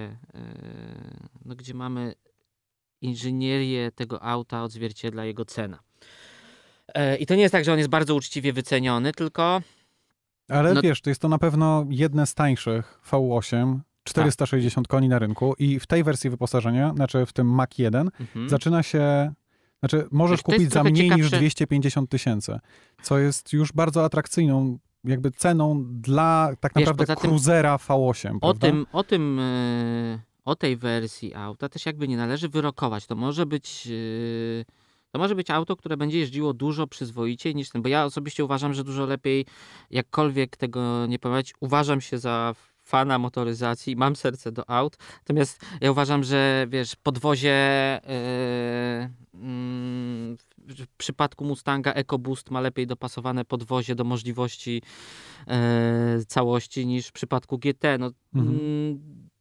e, no, gdzie mamy inżynierię tego auta odzwierciedla jego cena. E, I to nie jest tak, że on jest bardzo uczciwie wyceniony, tylko Ale no, wiesz, to jest to na pewno jedne z tańszych V osiem, czterysta sześćdziesiąt tak. koni na rynku i w tej wersji wyposażenia, znaczy w tym Mach jeden, mhm. zaczyna się, znaczy możesz wiesz, kupić za mniej ciekawsze... niż dwieście pięćdziesiąt tysięcy, co jest już bardzo atrakcyjną jakby ceną dla tak wiesz, naprawdę cruisera V osiem. O tym, o tym, yy, o tej wersji auta też jakby nie należy wyrokować. To może być... Yy... To może być auto, które będzie jeździło dużo przyzwoiciej niż ten, bo ja osobiście uważam, że dużo lepiej, jakkolwiek tego nie powiedzieć, uważam się za fana motoryzacji, mam serce do aut, natomiast ja uważam, że wiesz, podwozie yy, yy, w przypadku Mustanga EcoBoost ma lepiej dopasowane podwozie do możliwości yy, całości niż w przypadku G T. No, mhm. yy,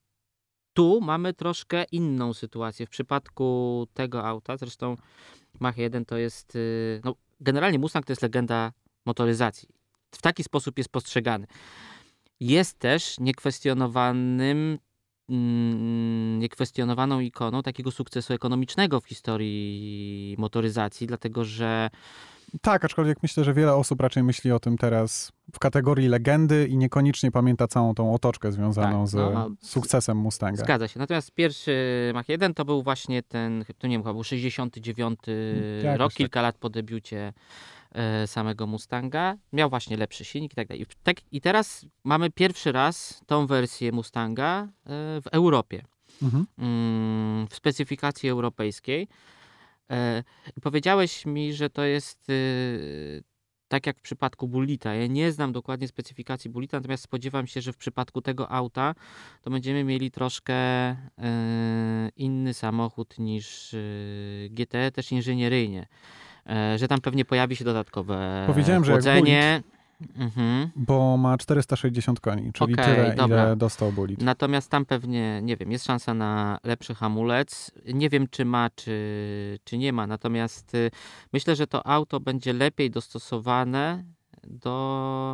tu mamy troszkę inną sytuację. W przypadku tego auta, zresztą Mach jeden to jest, no generalnie Mustang to jest legenda motoryzacji. W taki sposób jest postrzegany. Jest też niekwestionowanym, niekwestionowaną ikoną takiego sukcesu ekonomicznego w historii motoryzacji, dlatego że tak, aczkolwiek myślę, że wiele osób raczej myśli o tym teraz w kategorii legendy i niekoniecznie pamięta całą tą otoczkę związaną tak, no, z sukcesem Mustanga. Zgadza się. Natomiast pierwszy Mach jeden to był właśnie ten, to nie wiem, chyba był sześćdziesiąty dziewiąty Jak rok, kilka tak. lat po debiucie e, samego Mustanga. Miał właśnie lepszy silnik i tak dalej. I, tak, I teraz mamy pierwszy raz tą wersję Mustanga e, w Europie. Mhm. Mm, w specyfikacji europejskiej. Powiedziałeś mi, że to jest yy, tak jak w przypadku Bullita. Ja nie znam dokładnie specyfikacji Bullita, natomiast spodziewam się, że w przypadku tego auta to będziemy mieli troszkę yy, inny samochód niż yy, G T, też inżynieryjnie. Yy, że tam pewnie pojawi się dodatkowe Powiedziałem, chłodzenie. Że Mhm. Bo ma czterysta sześćdziesiąt koni, czyli okay, tyle, dobra. ile dostał Bullet. Natomiast tam pewnie, nie wiem, jest szansa na lepszy hamulec. Nie wiem, czy ma, czy, czy nie ma. Natomiast y, myślę, że to auto będzie lepiej dostosowane do,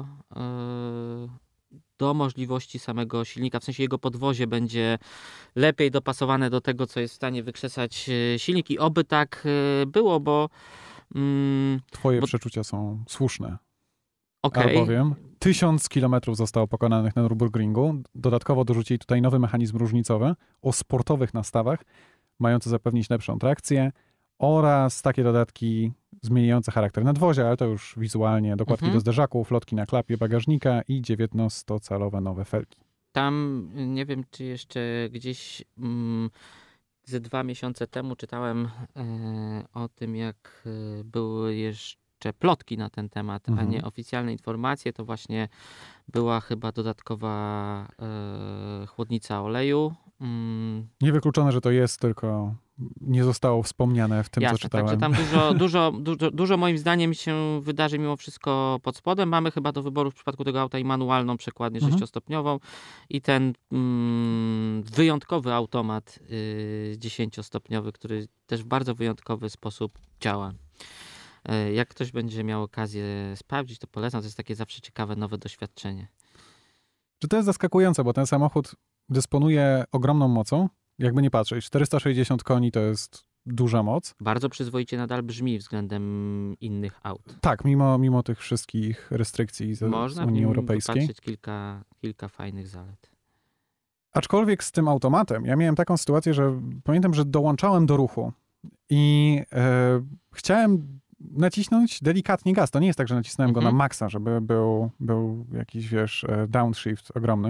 y, do możliwości samego silnika. W sensie jego podwozie będzie lepiej dopasowane do tego, co jest w stanie wykrzesać y, silnik. I oby tak y, było, bo... Mm, Twoje bo... przeczucia są słuszne. Okay. Albowiem tysiąc kilometrów zostało pokonanych na Nürburgringu. Dodatkowo dorzucili tutaj nowy mechanizm różnicowy o sportowych nastawach, mający zapewnić lepszą trakcję oraz takie dodatki zmieniające charakter nadwozia, ale to już wizualnie, dokładki mhm. do zderzaków, lotki na klapie bagażnika i dziewiętnastocalowe nowe felgi. Tam nie wiem, czy jeszcze gdzieś... Mm, ze dwa miesiące temu czytałem e, o tym, jak e, były jeszcze plotki na ten temat, Mhm. a nie oficjalne informacje. To właśnie była chyba dodatkowa e, chłodnica oleju. Mm, Niewykluczone, że to jest, tylko nie zostało wspomniane w tym, Jasne, co czytałem. także tam dużo, dużo, dużo, dużo moim zdaniem się wydarzy mimo wszystko pod spodem. Mamy chyba do wyboru w przypadku tego auta i manualną przekładnię Mhm. sześciostopniową i ten mm, wyjątkowy automat y, dziesięciostopniowy, który też w bardzo wyjątkowy sposób działa. Y, jak ktoś będzie miał okazję sprawdzić, to polecam. To jest takie zawsze ciekawe, nowe doświadczenie. Czy to jest zaskakujące, bo ten samochód dysponuje ogromną mocą. Jakby nie patrzeć, czterysta sześćdziesiąt koni to jest duża moc. Bardzo przyzwoicie nadal brzmi względem innych aut. Tak, mimo, mimo tych wszystkich restrykcji z, z Można w Unii nim Europejskiej. wypatrzeć kilka, kilka fajnych zalet. Aczkolwiek z tym automatem, ja miałem taką sytuację, że pamiętam, że dołączałem do ruchu i e, chciałem nacisnąć delikatnie gaz. To nie jest tak, że nacisnąłem Mhm. go na maksa, żeby był, był jakiś, wiesz, e, downshift ogromny.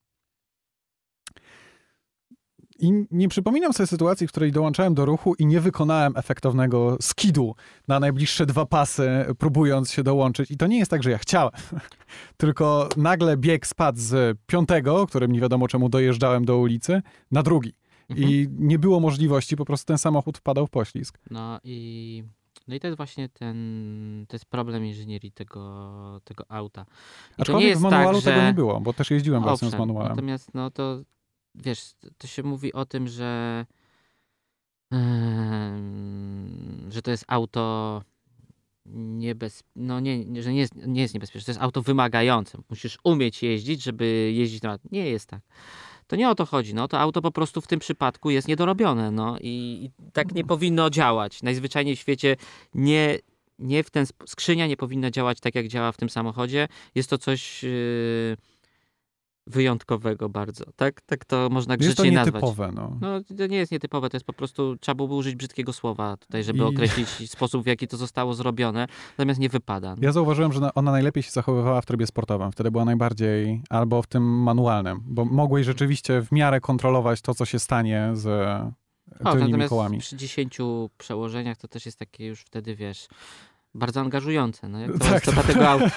I nie przypominam sobie sytuacji, w której dołączałem do ruchu i nie wykonałem efektownego skidu na najbliższe dwa pasy, próbując się dołączyć. I to nie jest tak, że ja chciałem, tylko nagle bieg spadł z piątego, którym nie wiadomo czemu dojeżdżałem do ulicy, na drugi. Mhm. I nie było możliwości, po prostu ten samochód wpadał w poślizg. No i, no i to jest właśnie ten, to jest problem inżynierii tego, tego auta. I to Aczkolwiek nie jest w manualu tak, że... tego nie było, bo też jeździłem własnym z Owszem, manualem. natomiast no to wiesz, to się mówi o tym, że em, że to jest auto niebez... no nie, nie, że nie jest, nie jest niebezpieczne, to jest auto wymagające. Musisz umieć jeździć, żeby jeździć na... Nie jest tak. To nie o to chodzi, no. To auto po prostu w tym przypadku jest niedorobione, no. I, i tak nie powinno działać. Najzwyczajniej w świecie nie, nie w ten sp- skrzynia nie powinna działać tak, jak działa w tym samochodzie. Jest to coś yy, wyjątkowego bardzo, tak? Tak to można Jest to grzecznie nazwać. nietypowe, no. No, to nie jest nietypowe, to jest po prostu, trzeba byłoby użyć brzydkiego słowa tutaj, żeby I- określić sposób, w jaki to zostało zrobione, natomiast nie wypada. No. Ja zauważyłem, że na- ona najlepiej się zachowywała w trybie sportowym. Wtedy była najbardziej, albo w tym manualnym, bo mogłeś rzeczywiście w miarę kontrolować to, co się stanie z O, tylnymi natomiast kołami. przy dziesięciu przełożeniach to też jest takie już wtedy, wiesz, bardzo angażujące. No, jak to Tak, jest to- to tego auta.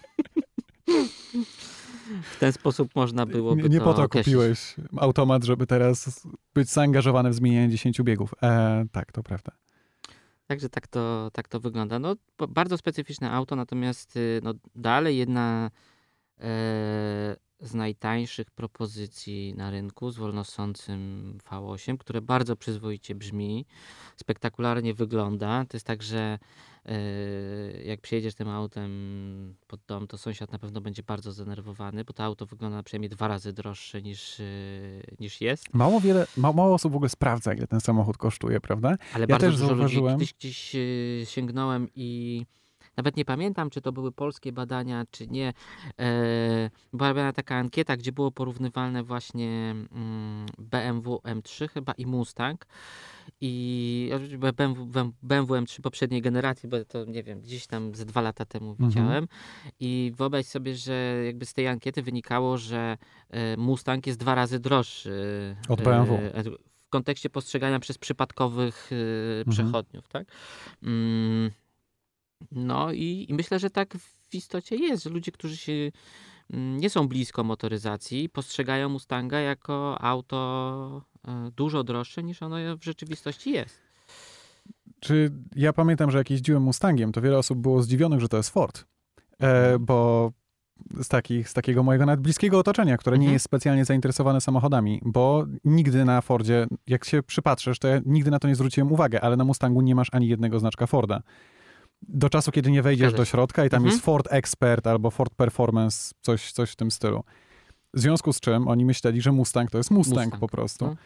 W ten sposób można byłoby Nie, nie to po to określić. kupiłeś automat, żeby teraz być zaangażowany w zmienianie dziesięciu biegów. E, tak, to prawda. Także tak to, tak to wygląda. No, b- bardzo specyficzne auto, natomiast y, no, dalej jedna e, z najtańszych propozycji na rynku z wolnosącym V osiem, które bardzo przyzwoicie brzmi, spektakularnie wygląda. To jest tak, że e, jak przyjedziesz tym autem pod dom, to sąsiad na pewno będzie bardzo zdenerwowany, bo to auto wygląda przynajmniej dwa razy droższe niż, e, niż jest. Mało wiele, ma, mało osób w ogóle sprawdza, ile ten samochód kosztuje, prawda? Ale Ja bardzo też dużo zauważyłem- ludzi, gdzieś, gdzieś y, sięgnąłem i nawet nie pamiętam, czy to były polskie badania, czy nie. E, była robiona taka ankieta, gdzie było porównywalne właśnie mm, B M W M trzy chyba i Mustang. I oczywiście B M W, B M W M trzy poprzedniej generacji, bo to nie wiem, gdzieś tam ze dwa lata temu Mhm. widziałem. I wyobraź sobie, że jakby z tej ankiety wynikało, że e, Mustang jest dwa razy droższy. Od B M W. e, w kontekście postrzegania przez przypadkowych y, Mhm. przechodniów, tak? Mm, no i, i myślę, że tak w istocie jest, że ludzie, którzy się mm, nie są blisko motoryzacji, postrzegają Mustanga jako auto e, dużo droższe niż ono w rzeczywistości jest. Czy ja pamiętam, że jak jeździłem Mustangiem, to wiele osób było zdziwionych, że to jest Ford. E, bo z, takich, z takiego mojego nawet bliskiego otoczenia, które nie Mhm. jest specjalnie zainteresowane samochodami, bo nigdy na Fordzie, jak się przypatrzysz, to ja nigdy na to nie zwróciłem uwagi, ale na Mustangu nie masz ani jednego znaczka Forda. Do czasu, kiedy nie wejdziesz Zgadza do się. środka i tam Mhm. jest Ford Expert albo Ford Performance, coś, coś w tym stylu. W związku z czym oni myśleli, że Mustang to jest Mustang, Mustang, po prostu. no.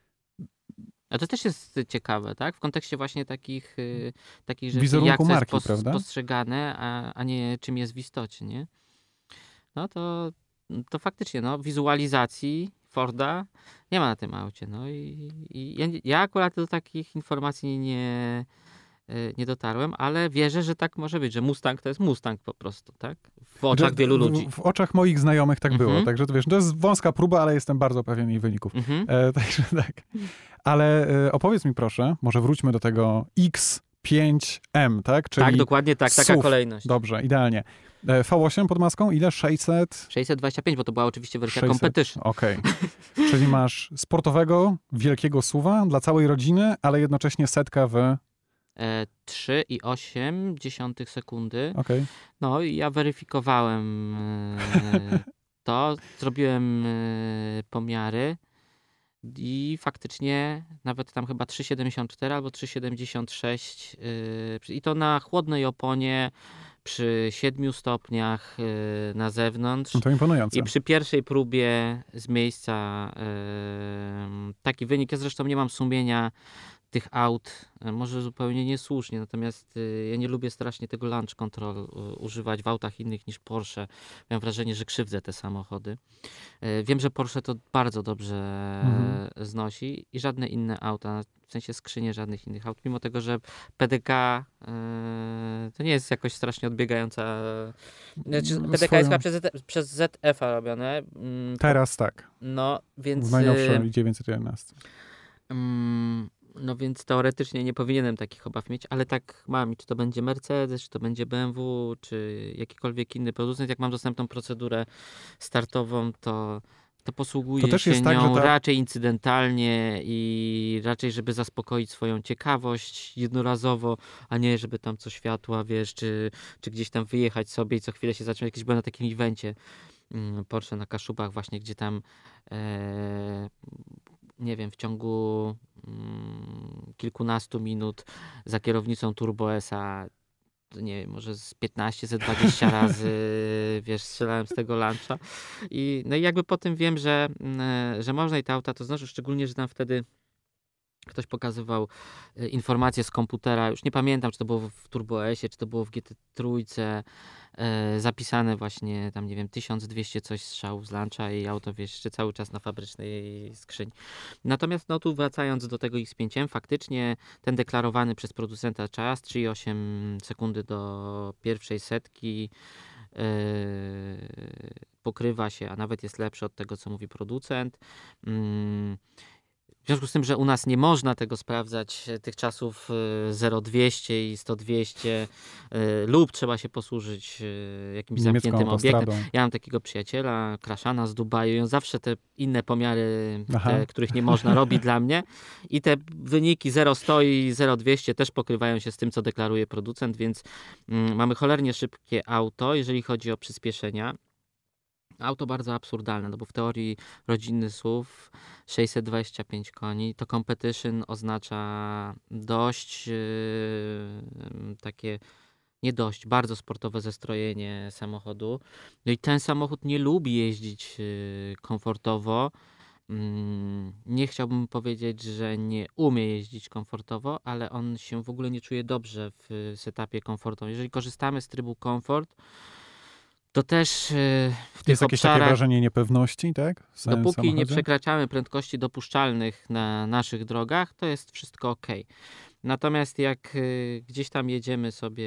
A to też jest ciekawe, tak? W kontekście właśnie takich, y, takich rzeczy, Wizerunku jak to marki, jest pos, prawda? postrzegane, a, a nie czym jest w istocie, nie? No to, to faktycznie, no, wizualizacji Forda nie ma na tym aucie, no i, i ja, ja akurat do takich informacji nie, y, nie dotarłem, ale wierzę, że tak może być, że Mustang to jest Mustang po prostu, tak? w oczach wielu ludzi. W, w oczach moich znajomych tak Mhm. było. Także to wiesz, to jest wąska próba, ale jestem bardzo pewien jej wyników. Mhm. E, także tak. Ale e, opowiedz mi proszę, może wróćmy do tego X pięć M, tak? Czyli Tak, dokładnie tak, taka S U V. kolejność. Dobrze, idealnie. E, V osiem pod maską, ile? sześćset? sześćset dwadzieścia pięć, bo to była oczywiście wersja sześćset. competition. Okej. Czyli masz sportowego, wielkiego S U V-a dla całej rodziny, ale jednocześnie setka w... E, trzy i osiem dziesiątych sekundy. Okej. No i ja weryfikowałem e, to, zrobiłem e, pomiary i faktycznie nawet tam chyba trzy siedemdziesiąt cztery albo trzy siedemdziesiąt sześć e, i to na chłodnej oponie przy siedmiu stopniach e, na zewnątrz. No to imponujące. I przy pierwszej próbie z miejsca e, taki wynik. Ja zresztą nie mam sumienia tych aut, e, może zupełnie niesłusznie, natomiast e, ja nie lubię strasznie tego launch control e, używać w autach innych niż Porsche. Mam wrażenie, że krzywdzę te samochody. E, wiem, że Porsche to bardzo dobrze Mhm. e, znosi i żadne inne auta, w sensie skrzynie żadnych innych aut, mimo tego, że P D K e, to nie jest jakoś strasznie odbiegająca. Znaczy, Mm, P D K swoją- jest chyba przez, Z- przez Z F a robione. mm, to- Teraz tak, No, więc. w najnowszej dziewięćset jedenaście. mm, no więc teoretycznie nie powinienem takich obaw mieć, ale tak mam. I czy to będzie Mercedes, czy to będzie B M W, czy jakikolwiek inny producent, jak mam dostępną procedurę startową, to, to posługuję To też się jest tak, nią że ta- raczej incydentalnie i raczej, żeby zaspokoić swoją ciekawość jednorazowo, a nie żeby tam co światła, wiesz, czy, czy gdzieś tam wyjechać sobie i co chwilę się zacząć. Jakieś byłem na takim evencie mm, Porsche na Kaszubach właśnie, gdzie tam e, nie wiem, w ciągu mm, kilkunastu minut za kierownicą Turbo S-a, nie wiem, może z piętnaście, ze dwadzieścia razy, wiesz, strzelałem z tego luncha. I, no i jakby po tym wiem, że, mm, że można i te auta to znoszę, szczególnie, że tam wtedy ktoś pokazywał e, informacje z komputera, już nie pamiętam, czy to było w Turbo S-ie, czy to było w G T trzy, e, zapisane właśnie tam, nie wiem, tysiąc dwieście coś strzałów z luncha i auto, wiesz, jeszcze cały czas na fabrycznej skrzyni. Natomiast no tu wracając do tego X pięć M, faktycznie ten deklarowany przez producenta czas, trzy i osiem sekundy do pierwszej setki, e, pokrywa się, a nawet jest lepszy od tego, co mówi producent. Mm, W związku z tym, że u nas nie można tego sprawdzać, e, tych czasów e, zero dwieście i sto dwieście e, lub trzeba się posłużyć e, jakimś Niemiecką zamkniętym obiektem. autostradą. Ja mam takiego przyjaciela, Kraszana z Dubaju i on zawsze te inne pomiary, Aha. te, których nie można, robi dla mnie i te wyniki zero sto i zero dwieście też pokrywają się z tym, co deklaruje producent, więc mm, mamy cholernie szybkie auto, jeżeli chodzi o przyspieszenia. Auto bardzo absurdalne, no bo w teorii rodzinny S U V, sześćset dwadzieścia pięć koni, to competition oznacza dość yy, takie, nie dość, bardzo sportowe zestrojenie samochodu. No i ten samochód nie lubi jeździć yy, komfortowo. Mm, Nie chciałbym powiedzieć, że nie umie jeździć komfortowo, ale on się w ogóle nie czuje dobrze w setupie komfortowym. Jeżeli korzystamy z trybu komfort, to też yy, w tych Jest jakieś takie obszarach, wrażenie niepewności, tak? W samym dopóki nie samochodzie? przekraczamy prędkości dopuszczalnych na naszych drogach, to jest wszystko ok. Natomiast jak y, gdzieś tam jedziemy sobie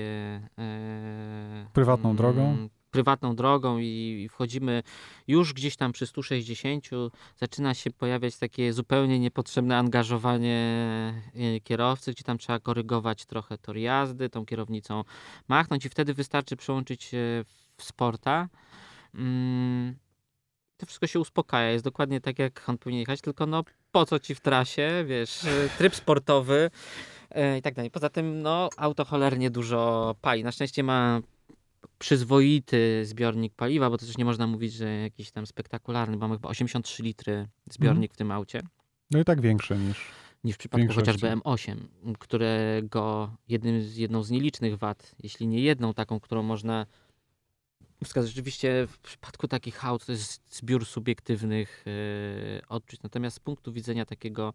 e, Prywatną mm, drogą? prywatną drogą i, i wchodzimy już gdzieś tam przy stu sześćdziesięciu, zaczyna się pojawiać takie zupełnie niepotrzebne angażowanie y, kierowcy, gdzie tam trzeba korygować trochę tor jazdy, tą kierownicą machnąć i wtedy wystarczy przełączyć się w sporta. Mm, to wszystko się uspokaja, jest dokładnie tak, jak on powinien jechać, tylko no po co ci w trasie, wiesz, y, tryb sportowy y, i tak dalej. Poza tym, no, auto cholernie dużo pali. Na szczęście ma przyzwoity zbiornik paliwa, bo to też nie można mówić, że jakiś tam spektakularny, bo mamy chyba osiemdziesiąt trzy litry zbiornik w tym aucie, No i tak większy niż... niż w przypadku większości. chociażby M osiem, którego jednym z, jedną z nielicznych wad, jeśli nie jedną taką, którą można wskazać. Rzeczywiście w przypadku takich aut to jest zbiór subiektywnych yy, odczuć. Natomiast z punktu widzenia takiego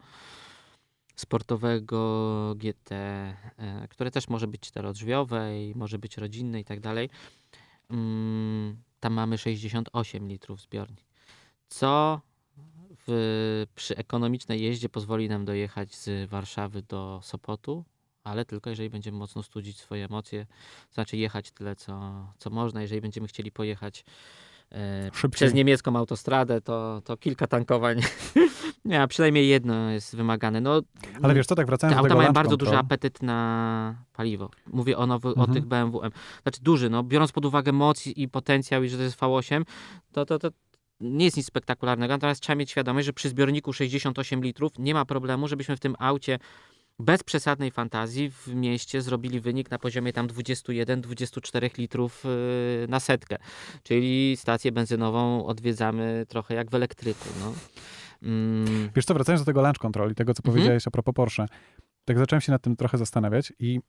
sportowego G T, yy, które też może być czterodrzwiowe i może być rodzinne i tak dalej, yy, tam mamy sześćdziesiąt osiem litrów zbiornik. Co w, przy ekonomicznej jeździe pozwoli nam dojechać z Warszawy do Sopotu ale tylko jeżeli będziemy mocno studzić swoje emocje, znaczy jechać tyle, co, co można. Jeżeli będziemy chcieli pojechać e, przez niemiecką autostradę, to, to kilka tankowań. Nie, a przynajmniej jedno jest wymagane. No, ale wiesz co, tak wracając te do tego auta mają launch bardzo control. duży apetyt na paliwo. Mówię o, nowy, Mhm. o tych B M W M. Znaczy duży, no, biorąc pod uwagę moc i potencjał i że to jest V osiem, to, to, to nie jest nic spektakularnego. Natomiast trzeba mieć świadomość, że przy zbiorniku sześćdziesiąt osiem litrów nie ma problemu, żebyśmy w tym aucie bez przesadnej fantazji w mieście zrobili wynik na poziomie tam dwadzieścia jeden do dwudziestu czterech litrów yy, na setkę. Czyli stację benzynową odwiedzamy trochę jak w elektryku. No. Mm. Wiesz co, wracając do tego launch control i tego, co Mhm. powiedziałeś a propos Porsche, tak zacząłem się nad tym trochę zastanawiać i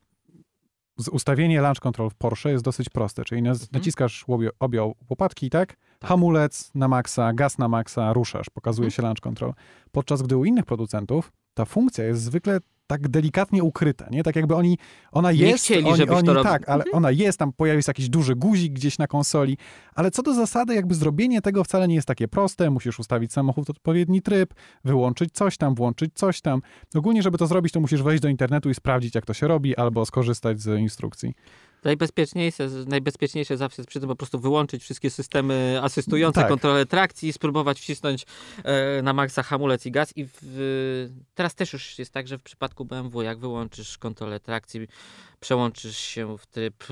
z- ustawienie launch control w Porsche jest dosyć proste, czyli naz- Mhm. naciskasz łobie, obie łopatki, tak? Tak. Hamulec na maksa, gaz na maksa, ruszasz, pokazuje Mhm. się launch control. Podczas gdy u innych producentów ta funkcja jest zwykle tak delikatnie ukryta, nie? Tak jakby oni, ona Nie jest, chcieli, oni, żebyś oni to robił. tak, ale ona jest, tam pojawi się jakiś duży guzik gdzieś na konsoli, ale co do zasady, jakby zrobienie tego wcale nie jest takie proste, musisz ustawić samochód w odpowiedni tryb, wyłączyć coś tam, włączyć coś tam. Ogólnie, żeby to zrobić, to musisz wejść do internetu i sprawdzić, jak to się robi, albo skorzystać z instrukcji. Najbezpieczniejsze, najbezpieczniejsze zawsze jest przy tym po prostu wyłączyć wszystkie systemy asystujące Tak. kontrolę trakcji i spróbować wcisnąć e, na maksa hamulec i gaz. I w, teraz też już jest tak, że w przypadku B M W, jak wyłączysz kontrolę trakcji, przełączysz się w tryb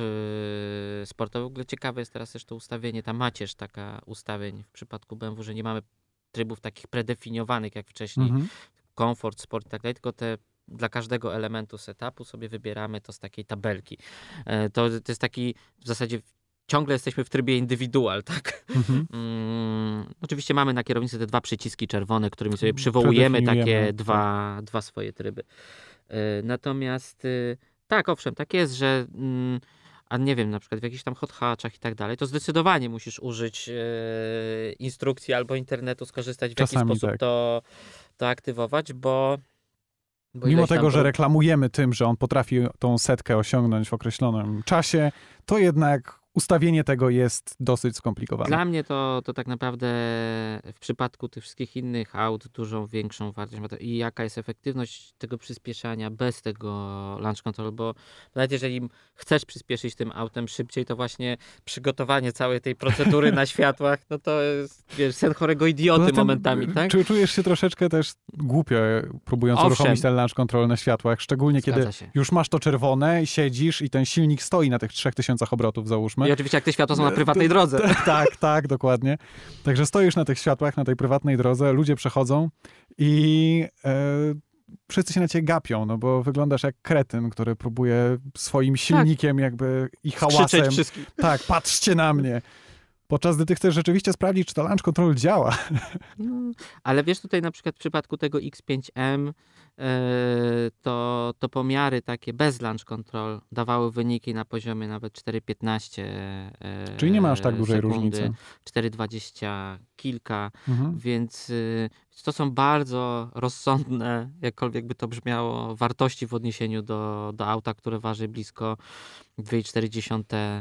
e, sportowy. W ogóle ciekawe jest teraz też to ustawienie, ta macierz taka ustawień w przypadku B M W, że nie mamy trybów takich predefiniowanych jak wcześniej, Mhm. komfort, sport i tak dalej, tylko te dla każdego elementu setupu sobie wybieramy to z takiej tabelki. E, To, to jest taki, w zasadzie ciągle jesteśmy w trybie indywidual, tak? Mhm. Mm, oczywiście mamy na kierownicy te dwa przyciski czerwone, którymi sobie przywołujemy takie Przedefiniujemy, dwa, dwa swoje tryby. E, Natomiast e, tak, owszem, tak jest, że mm, a nie wiem, na przykład w jakichś tam hot hatchach i tak dalej, to zdecydowanie musisz użyć e, instrukcji albo internetu, skorzystać w Czasami jaki sposób tak. to, to aktywować, bo Bo Mimo ileś tam tego, że prób- reklamujemy tym, że on potrafi tą setkę osiągnąć w określonym czasie, to jednak ustawienie tego jest dosyć skomplikowane. Dla mnie to, to tak naprawdę w przypadku tych wszystkich innych aut dużą większą wartość ma to i jaka jest efektywność tego przyspieszania bez tego launch control, bo nawet jeżeli chcesz przyspieszyć tym autem szybciej, to właśnie przygotowanie całej tej procedury na światłach, no to jest, wiesz, sen chorego idioty Poza tym, momentami, tak? Czy czujesz się troszeczkę też głupio, próbując Owszem. uruchomić ten launch control na światłach, szczególnie Zgadza kiedy się. już masz to czerwone, siedzisz i ten silnik stoi na tych trzech tysiącach obrotów, załóżmy. I oczywiście jak te światła są na prywatnej To- drodze. Tak, tak, tak, dokładnie. Także stoisz na tych światłach, na tej prywatnej drodze, ludzie przechodzą i e, wszyscy się na ciebie gapią, no bo wyglądasz jak kretyn, który próbuje swoim silnikiem jakby i hałasem. Krzyczeć wszystkim. Tak, patrzcie na mnie. Podczas gdy ty chcesz rzeczywiście sprawdzić, czy to launch control działa. No, ale wiesz, tutaj na przykład w przypadku tego X pięć M e, to, to pomiary takie bez launch control dawały wyniki na poziomie nawet cztery piętnaście e, Czyli nie ma aż tak dużej sekundy, różnicy. cztery dwadzieścia kilka, Mhm. więc y, to są bardzo rozsądne, jakkolwiek by to brzmiało, wartości w odniesieniu do, do auta, które waży blisko dwie przecinek cztery e,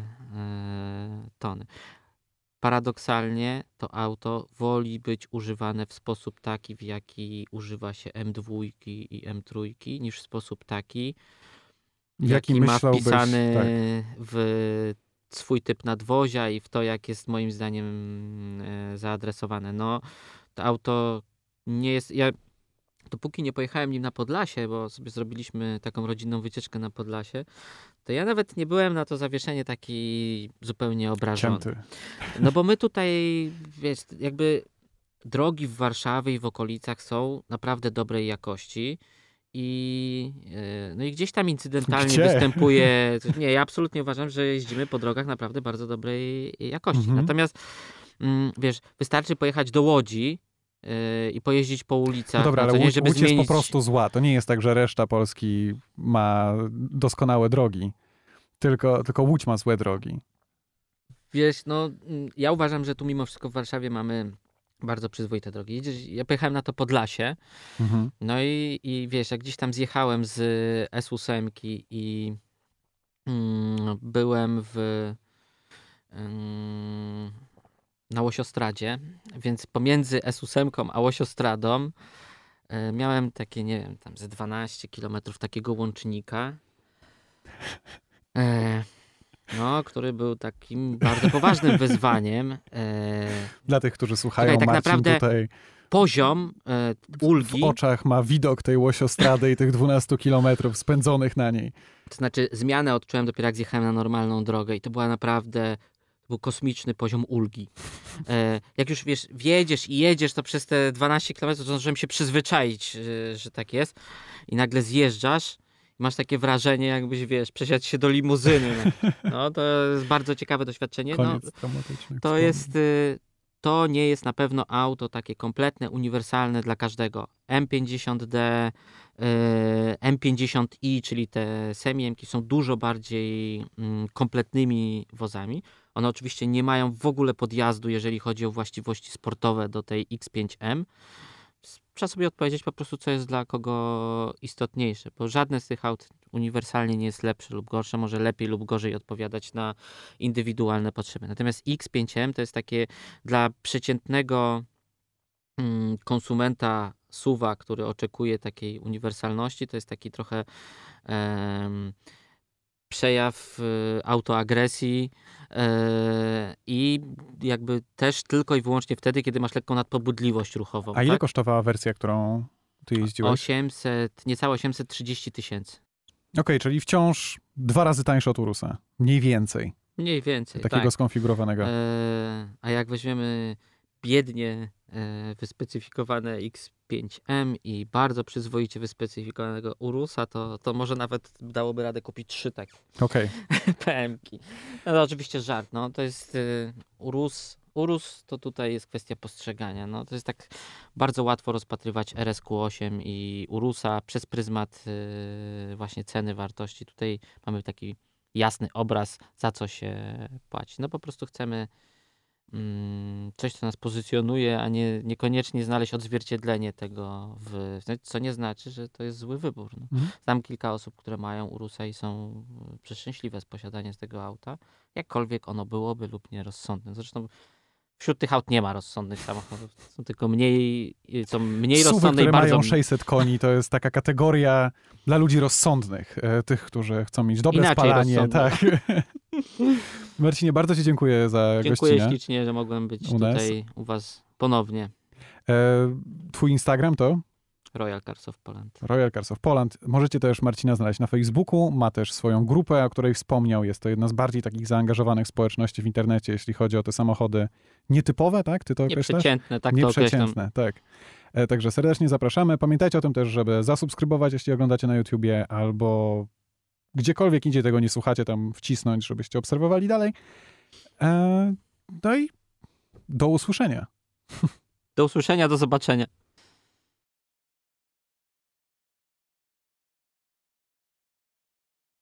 tony. Paradoksalnie to auto woli być używane w sposób taki, w jaki używa się M dwa i M trzy, niż w sposób taki, W jaki jaki ma myślałbyś, wpisany tak. w swój typ nadwozia i w to, jak jest moim zdaniem e, zaadresowane. No, to auto nie jest... Ja dopóki nie pojechałem nim na Podlasie, bo sobie zrobiliśmy taką rodzinną wycieczkę na Podlasie, to ja nawet nie byłem na to zawieszenie taki zupełnie obrażony. Cięty. No bo my tutaj, wiesz, jakby drogi w Warszawie i w okolicach są naprawdę dobrej jakości i, yy, no i gdzieś tam incydentalnie Gdzie? występuje... Nie, ja absolutnie uważam, że jeździmy po drogach naprawdę bardzo dobrej jakości. Mhm. Natomiast, mm, wiesz, wystarczy pojechać do Łodzi yy, i pojeździć po ulicach, No dobra, no, ale co nie, Łódź, żeby Łódź zmienić... jest po prostu zła. To nie jest tak, że reszta Polski ma doskonałe drogi. Tylko, tylko Łódź ma złe drogi. Wiesz, no mm, ja uważam, że tu mimo wszystko w Warszawie mamy bardzo przyzwoite drogi. Jedziesz- Ja pojechałem na to Podlasie, Mhm. no i, i wiesz, jak gdzieś tam zjechałem z S osiem i mm, byłem w mm, na Łosiostradzie, więc pomiędzy S osiem a Łosiostradą e, miałem takie, nie wiem, tam ze dwanaście kilometrów takiego łącznika E, no, który był takim bardzo poważnym wyzwaniem. E, Dla tych, którzy słuchają, Tutaj tak Marcin naprawdę tutaj poziom e, ulgi, w oczach ma widok tej Łosiosтрady i tych dwunastu kilometrów spędzonych na niej. to znaczy zmianę odczułem dopiero jak zjechałem na normalną drogę i to była naprawdę, to był kosmiczny poziom ulgi. E, jak już wiesz, wjedziesz i jedziesz, to przez te dwanaście kilometrów zdążyłem się przyzwyczaić, że, że tak jest i nagle zjeżdżasz. Masz takie wrażenie, jakbyś, wiesz, przesiadł się do limuzyny. No, no to jest bardzo ciekawe doświadczenie. Koniec No, traumatycznych to wspomnień. jest, y, to nie jest na pewno auto takie kompletne, uniwersalne dla każdego. M pięćdziesiąt D, y, M pięćdziesiąt i, czyli te semi-M-ki są dużo bardziej mm, kompletnymi wozami. One oczywiście nie mają w ogóle podjazdu, jeżeli chodzi o właściwości sportowe do tej X pięć M. Trzeba sobie odpowiedzieć po prostu, co jest dla kogo istotniejsze, bo żadne z tych aut uniwersalnie nie jest lepsze lub gorsze, może lepiej lub gorzej odpowiadać na indywidualne potrzeby. Natomiast X pięć M to jest takie dla przeciętnego mm, konsumenta S U V-a, który oczekuje takiej uniwersalności, to jest taki trochę em, przejaw y, autoagresji y, i jakby też tylko i wyłącznie wtedy, kiedy masz lekką nadpobudliwość ruchową. A ile tak? kosztowała wersja, którą ty jeździłeś? osiemset, niecałe osiemset trzydzieści tysięcy. Okej, czyli wciąż dwa razy tańsze od Urusa. Mniej więcej. Mniej więcej, Takiego tak. skonfigurowanego. E, a jak weźmiemy biednie e, wyspecyfikowane X pięć M i bardzo przyzwoicie wyspecyfikowanego Urusa, to, to może nawet dałoby radę kupić trzy takie Okej. P M-ki. No to oczywiście żart, no to jest y, Urus. Urus to tutaj jest kwestia postrzegania. No, to jest tak bardzo łatwo rozpatrywać R S Q osiem i Urusa przez pryzmat y, właśnie ceny, wartości. Tutaj mamy taki jasny obraz, za co się płaci. No po prostu chcemy mm, coś, co nas pozycjonuje, a nie, niekoniecznie znaleźć odzwierciedlenie tego, w, co nie znaczy, że to jest zły wybór. No. Mhm. Znam kilka osób, które mają Urusa i są y, przeszczęśliwe z posiadania z tego auta, jakkolwiek ono byłoby lub nierozsądne. Zresztą wśród tych aut nie ma rozsądnych samochodów. Są tylko mniej, są mniej S U V-y, rozsądne i które bardzo... mają sześćset koni, to jest taka kategoria dla ludzi rozsądnych. e, Tych, którzy chcą mieć dobre Inaczej spalanie. rozsądne. Tak. Marcinie, bardzo ci dziękuję za Dziękuję gościnę. ślicznie, że mogłem być u nas. tutaj u was ponownie. E, Twój Instagram to? Royal Cars of Poland. Royal Cars of Poland. Możecie też Marcina znaleźć na Facebooku. Ma też swoją grupę, o której wspomniał. Jest to jedna z bardziej takich zaangażowanych społeczności w internecie, jeśli chodzi o te samochody nietypowe, tak? Ty to określasz? Nieprzeciętne, tak to określam. Nieprzeciętne, tak. E, Także serdecznie zapraszamy. Pamiętajcie o tym też, żeby zasubskrybować, jeśli oglądacie na YouTubie, albo gdziekolwiek indziej tego nie słuchacie, tam wcisnąć, żebyście obserwowali dalej. E, No i do usłyszenia. Do usłyszenia, do zobaczenia.